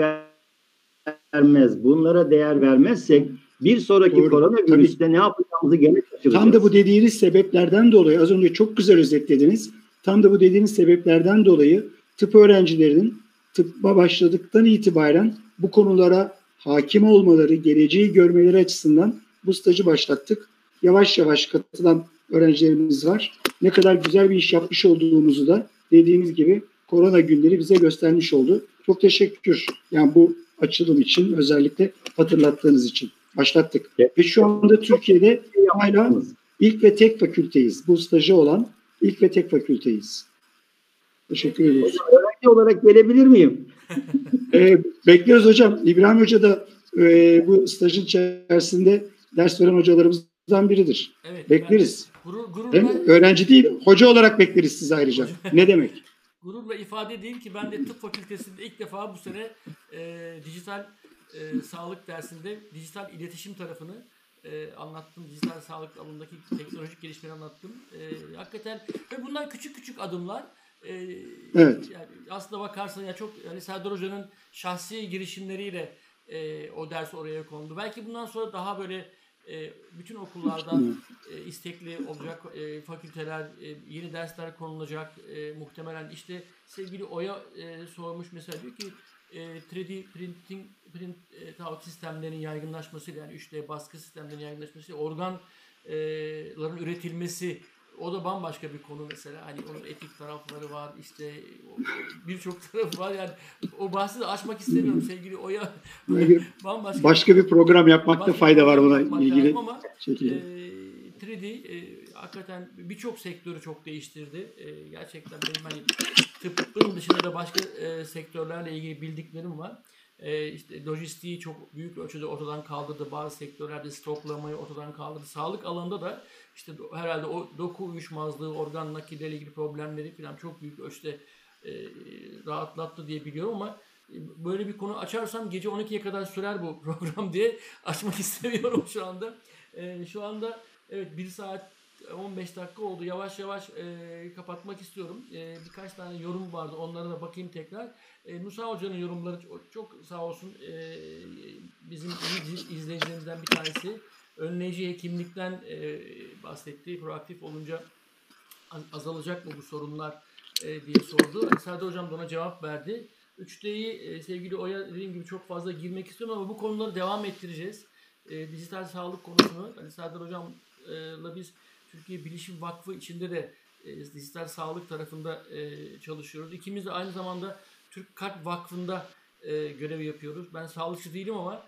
vermez. Bunlara değer vermezsek bir sonraki koronavirüste ne yapacağımızı gene şaşıracağız. Tam da bu dediğiniz sebeplerden dolayı, az önce çok güzel özetlediniz. Tam da bu dediğiniz sebeplerden dolayı tıp öğrencilerinin tıbba başladıktan itibaren bu konulara hakim olmaları, geleceği görmeleri açısından bu stajı başlattık. Yavaş yavaş katılan öğrencilerimiz var. Ne kadar güzel bir iş yapmış olduğumuzu da dediğimiz gibi korona günleri bize göstermiş oldu. Çok teşekkür. Yani bu açılım için özellikle hatırlattığınız için başlattık. Ve şu anda Türkiye'de hala ilk ve tek fakülteyiz. Bu stajı olan ilk ve tek fakülteyiz. Teşekkür ediyoruz. Öğrenci olarak gelebilir miyim? Bekliyoruz hocam. İbrahim Hoca da bu stajın içerisinde ders veren hocalarımızdan biridir. Evet, bekleriz. Gururla, öğrenci değil, hoca olarak bekleriz sizi ayrıca. Ne demek? Gururla ifade edeyim ki ben de tıp fakültesinde ilk defa bu sene dijital sağlık dersinde dijital iletişim tarafını anlattım. Dijital sağlık alanındaki teknolojik gelişmeleri anlattım. Hakikaten ve bunlar küçük küçük adımlar. Evet. Yani aslında bakarsan ya çok yani Serdar Hoca'nın şahsi girişimleriyle o ders oraya kondu. Belki bundan sonra daha böyle bütün okullardan istekli olacak fakülteler, yeni dersler konulacak. Muhtemelen işte sevgili Oya sormuş mesela diyor ki 3D print out sistemlerinin yaygınlaşmasıyla yani 3D baskı sistemlerinin yaygınlaşmasıyla organların üretilmesi o da bambaşka bir konu mesela. Hani onun etik tarafları var işte birçok tarafı var yani o bahsi de açmak istemiyorum sevgili Oya. Başka bir program yapmakta fayda var buna ilgili. Ama 3D hakikaten birçok sektörü çok değiştirdi. Gerçekten benim hani tıbbın dışında da başka sektörlerle ilgili bildiklerim var. İşte lojistiği çok büyük ölçüde ortadan kaldırdı. Bazı sektörlerde stoklamayı ortadan kaldırdı. Sağlık alanında da işte herhalde o doku uyuşmazlığı, organ nakiliyle ilgili problemleri falan çok büyük ölçüde rahatlattı diye biliyorum ama böyle bir konu açarsam gece 12'ye kadar sürer bu program diye açmak istemiyorum şu anda. Şu anda evet 1 saat 15 dakika oldu. Yavaş yavaş kapatmak istiyorum. Birkaç tane yorum vardı. Onlara da bakayım tekrar. Musa Hoca'nın yorumları çok sağ olsun. Bizim izleyicilerimizden bir tanesi. Önleyici hekimlikten bahsetti. Proaktif olunca azalacak mı bu sorunlar diye sordu. Ali Sade Hocam da ona cevap verdi. 3D'yi sevgili Oya dediğim gibi çok fazla girmek istiyorum ama bu konuları devam ettireceğiz. Dijital sağlık konusunu Ali Sade Hocam'la biz Türkiye Bilişim Vakfı içinde de dijital sağlık tarafında çalışıyoruz. İkimiz de aynı zamanda Türk Kalp Vakfı'nda görev yapıyoruz. Ben sağlıkçı değilim ama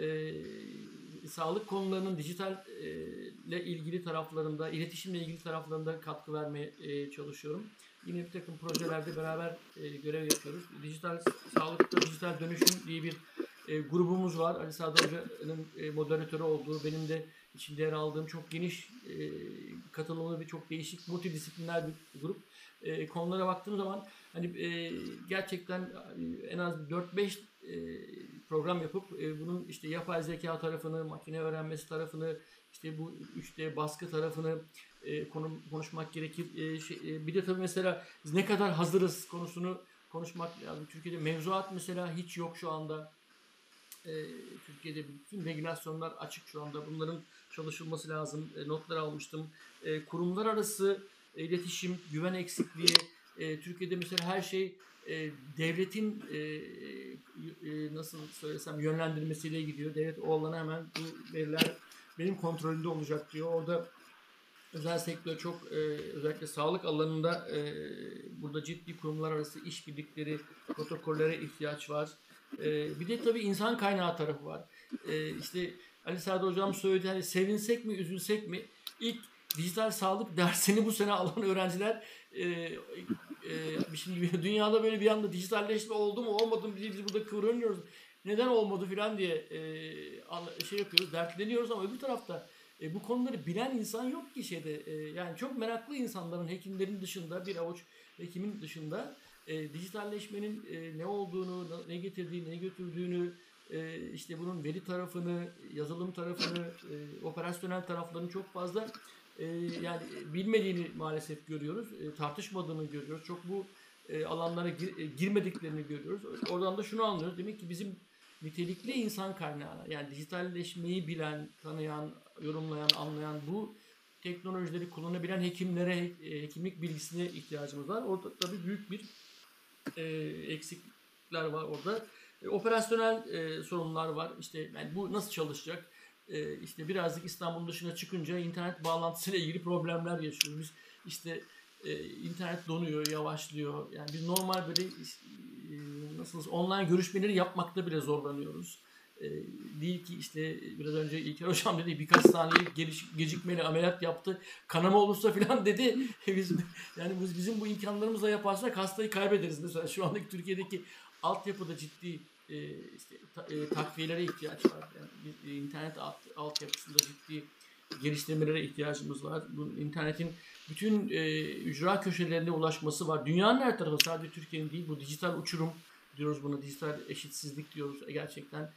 sağlık konularının dijital ile ilgili taraflarında, iletişimle ilgili taraflarında katkı vermeye çalışıyorum. Yine bir takım projelerde beraber görev yapıyoruz. Dijital sağlıkta dijital dönüşüm diye bir grubumuz var. Ali Sade Hoca'nın moderatörü olduğu, benim de içinde yer aldığım çok geniş katılımlı ve çok değişik multidisipliner bir grup. Konulara baktığım zaman hani gerçekten en az 4-5 program yapıp bunun işte yapay zeka tarafını, makine öğrenmesi tarafını, işte bu 3D baskı tarafını konuşmak gerekir. Bir de tabii mesela biz ne kadar hazırız konusunu konuşmak lazım. Türkiye'de mevzuat mesela hiç yok şu anda. Türkiye'de bütün regülasyonlar açık şu anda. Bunların çalışılması lazım. Notlar almıştım. Kurumlar arası iletişim, güven eksikliği. Türkiye'de mesela her şey devletin nasıl söylesem yönlendirmesiyle gidiyor. Devlet o alana hemen bu veriler benim kontrolümde olacak diyor. Orada özel sektör çok özellikle sağlık alanında burada ciddi kurumlar arası işbirlikleri, protokollere ihtiyaç var. Bir de tabii insan kaynağı tarafı var. İşte Ali Sade Hocam söyledi, hani sevinsek mi üzülsek mi? İlk dijital sağlık dersini bu sene alan öğrenciler şimdi dünyada böyle bir anda dijitalleşme oldu mu olmadı mı diye biz burada kıvranıyoruz. Neden olmadı filan diye şey yapıyoruz, dertleniyoruz ama öbür tarafta bu konuları bilen insan yok ki şeyde. Yani çok meraklı insanların, hekimlerin dışında, bir avuç hekimin dışında dijitalleşmenin ne olduğunu, ne getirdiğini, ne götürdüğünü, işte bunun veri tarafını, yazılım tarafını, operasyonel taraflarını çok fazla yani bilmediğini maalesef görüyoruz. Tartışmadığını görüyoruz. Çok bu alanlara girmediklerini görüyoruz. Oradan da şunu anlıyoruz. Demek ki bizim nitelikli insan kaynağı, yani dijitalleşmeyi bilen, tanıyan, yorumlayan, anlayan, bu teknolojileri kullanabilen hekimlere, hekimlik bilgisine ihtiyacımız var. Orada tabii büyük bir eksikler var orada. Operasyonel sorunlar var. İşte yani bu nasıl çalışacak? İşte birazcık İstanbul dışına çıkınca internet bağlantısıyla ilgili problemler yaşıyoruz. Biz işte internet donuyor, yavaşlıyor. Yani biz normal böyle nasıl online görüşmeleri yapmakta bile zorlanıyoruz. Değil ki işte biraz önce İlker Hocam dedi, birkaç saniyelik gecikmeyle ameliyat yaptı. Kanama olursa falan dedi. Yani bizim bu imkanlarımızla yaparsak hastayı kaybederiz. Mesela şu andaki Türkiye'deki altyapıda ciddi işte takviyelere ihtiyaç var. Yani internet altyapısında ciddi geliştirmelere ihtiyacımız var. Bu internetin bütün ücra köşelerine ulaşması var. Dünyanın her tarafı, sadece Türkiye'nin değil, bu dijital uçurum diyoruz buna, dijital eşitsizlik diyoruz. Gerçekten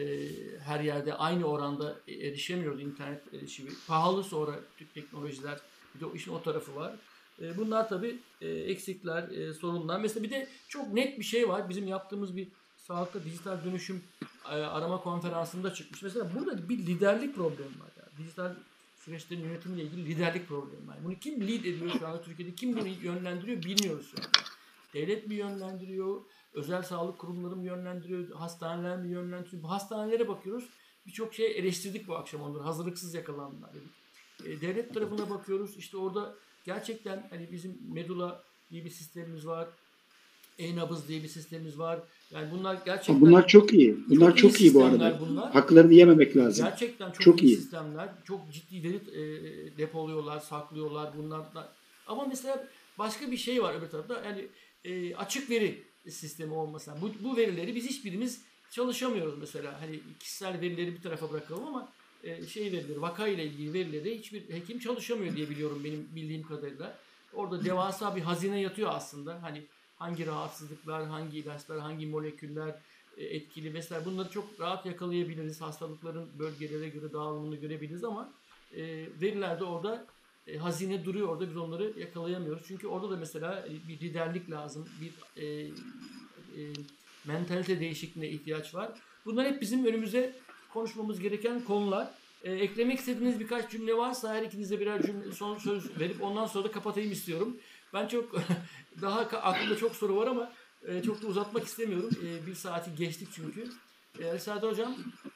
her yerde aynı oranda erişemiyoruz internet erişimi. Pahalı sonra teknolojiler, bir de o işin o tarafı var. Bunlar tabii eksikler, sorunlar. Mesela bir de çok net bir şey var. Bizim yaptığımız bir sağlıkta dijital dönüşüm arama konferansında çıkmış. Mesela burada bir liderlik problemi var. Yani dijital süreçlerin yönetimiyle ilgili liderlik problemi var. Bunu kim lead ediyor şu anda Türkiye'de? Kim bunu yönlendiriyor bilmiyoruz şu anda. Devlet mi yönlendiriyor? Özel sağlık kurumları mı yönlendiriyor? Hastaneler mi yönlendiriyor? Bu hastanelere bakıyoruz. Birçok şey eleştirdik bu akşam onları. Hazırlıksız yakalandılar dedik. Devlet tarafına bakıyoruz. İşte orada gerçekten hani bizim Medula diye bir sistemimiz var. E-nabız diye bir sistemimiz var. Yani bunlar gerçekten bunlar çok iyi. Bunlar çok iyi bu arada. Bunlar. Haklarını yememek lazım. Gerçekten çok iyi sistemler. Çok ciddi veri depoluyorlar, saklıyorlar bunlardan. Ama mesela başka bir şey var öbür tarafta. Yani açık veri sistemi olmasa. Bu verileri biz hiçbirimiz çalışamıyoruz mesela. Hani kişisel verileri bir tarafa bırakalım ama verileri, vaka ile ilgili verileri hiçbir hekim çalışamıyor diye biliyorum benim bildiğim kadarıyla. Orada devasa bir hazine yatıyor aslında. Hani hangi rahatsızlıklar, hangi ilaçlar, hangi moleküller etkili vesaire, bunları çok rahat yakalayabiliriz. Hastalıkların bölgelere göre dağılımını görebiliriz ama veriler de orada hazine duruyor orada, biz onları yakalayamıyoruz. Çünkü orada da mesela bir liderlik lazım, bir mentalite değişikliğine ihtiyaç var. Bunlar hep bizim önümüze konuşmamız gereken konular. Eklemek istediğiniz birkaç cümle varsa her ikinize birer cümle, son söz verip ondan sonra da kapatayım istiyorum. Ben çok daha aklımda çok soru var ama çok da uzatmak istemiyorum. Bir saati geçtik çünkü. Serdar Hocam.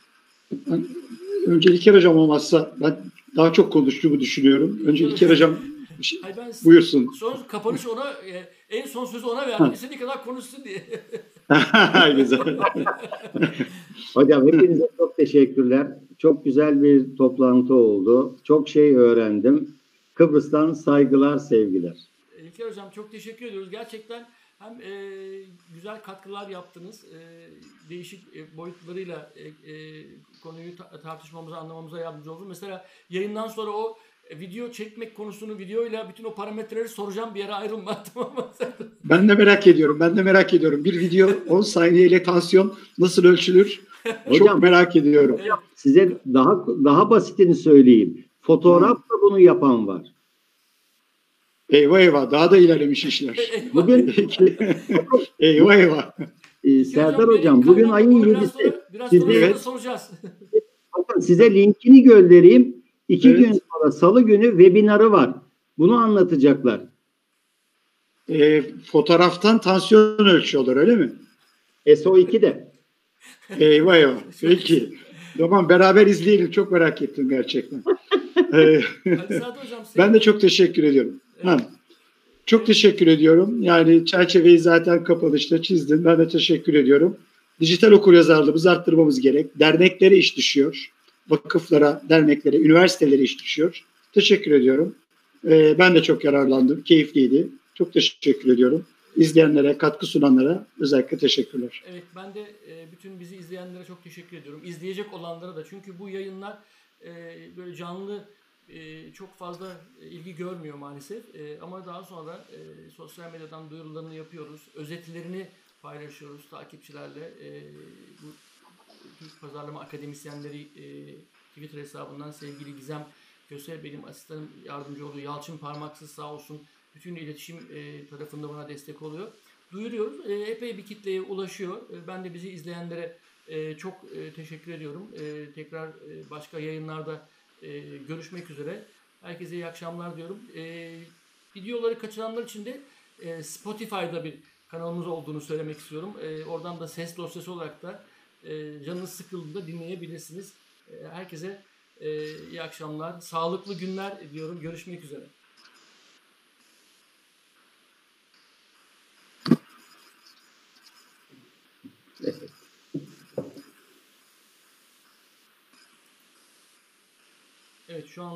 Önce İlker Hocam olmazsa ben daha çok konuştuğumu düşünüyorum. Önce İlker Hocam buyursun. Son kapanış ona, en son sözü ona verdim. İstediği kadar konuşsun diye. Güzel. Hocam hepinize çok teşekkürler. Çok güzel bir toplantı oldu. Çok şey öğrendim. Kıbrıs'tan saygılar, sevgiler. İlker Hocam çok teşekkür ediyoruz. Gerçekten hem güzel katkılar yaptınız. Değişik boyutlarıyla konuyu tartışmamıza, anlamamıza yardımcı oldunuz. Mesela yayından sonra o video çekmek konusunu videoyla bütün o parametreleri soracağım, bir yere ayrılma, tamam mı? Ben de merak ediyorum. Bir video 10 saniyeyle tansiyon nasıl ölçülür? Hocam, çok merak ediyorum. Size daha basitini söyleyeyim. Fotoğrafla bunu yapan var. Eyvah daha da ilerlemiş işler. Bugün eyvah. Serdar Hocam bugün ayın 7'si. Biraz sonra soracağız. Size linkini göndereyim. 2 gün sonra Salı günü webinarı var. Bunu anlatacaklar. Fotoğraftan tansiyon ölçüyorlar öyle mi? SO2'de. Eyvah. Peki. Tamam, beraber izleyelim. Çok merak ettim gerçekten. Ben de çok teşekkür ediyorum. Evet. Çok teşekkür ediyorum. Yani çerçeveyi zaten kapanışta çizdin. Ben de teşekkür ediyorum. Dijital okuryazarlığımızı arttırmamız gerek. Derneklere iş düşüyor. Vakıflara, derneklere, üniversitelere iş düşüyor. Teşekkür ediyorum. Ben de çok yararlandım. Keyifliydi. Çok teşekkür ediyorum. İzleyenlere, katkı sunanlara özellikle teşekkürler. Evet, ben de bütün bizi izleyenlere çok teşekkür ediyorum. İzleyecek olanlara da. Çünkü bu yayınlar böyle canlı çok fazla ilgi görmüyor maalesef. Ama daha sonra sosyal medyadan duyurularını yapıyoruz. Özetlerini paylaşıyoruz takipçilerle. Bu Türk Pazarlama Akademisyenleri Twitter hesabından sevgili Gizem Köse, benim asistanım, yardımcı oluyor. Yalçın Parmaksız sağ olsun. Bütün iletişim tarafında bana destek oluyor. Duyuruyoruz. Epey bir kitleye ulaşıyor. Ben de bizi izleyenlere çok teşekkür ediyorum. Tekrar başka yayınlarda görüşmek üzere. Herkese iyi akşamlar diyorum. Videoları kaçıranlar için de Spotify'da bir kanalımız olduğunu söylemek istiyorum. Oradan da ses dosyası olarak da canınız sıkıldığında dinleyebilirsiniz. Herkese iyi akşamlar, sağlıklı günler diyorum. Görüşmek üzere. Evet, şu an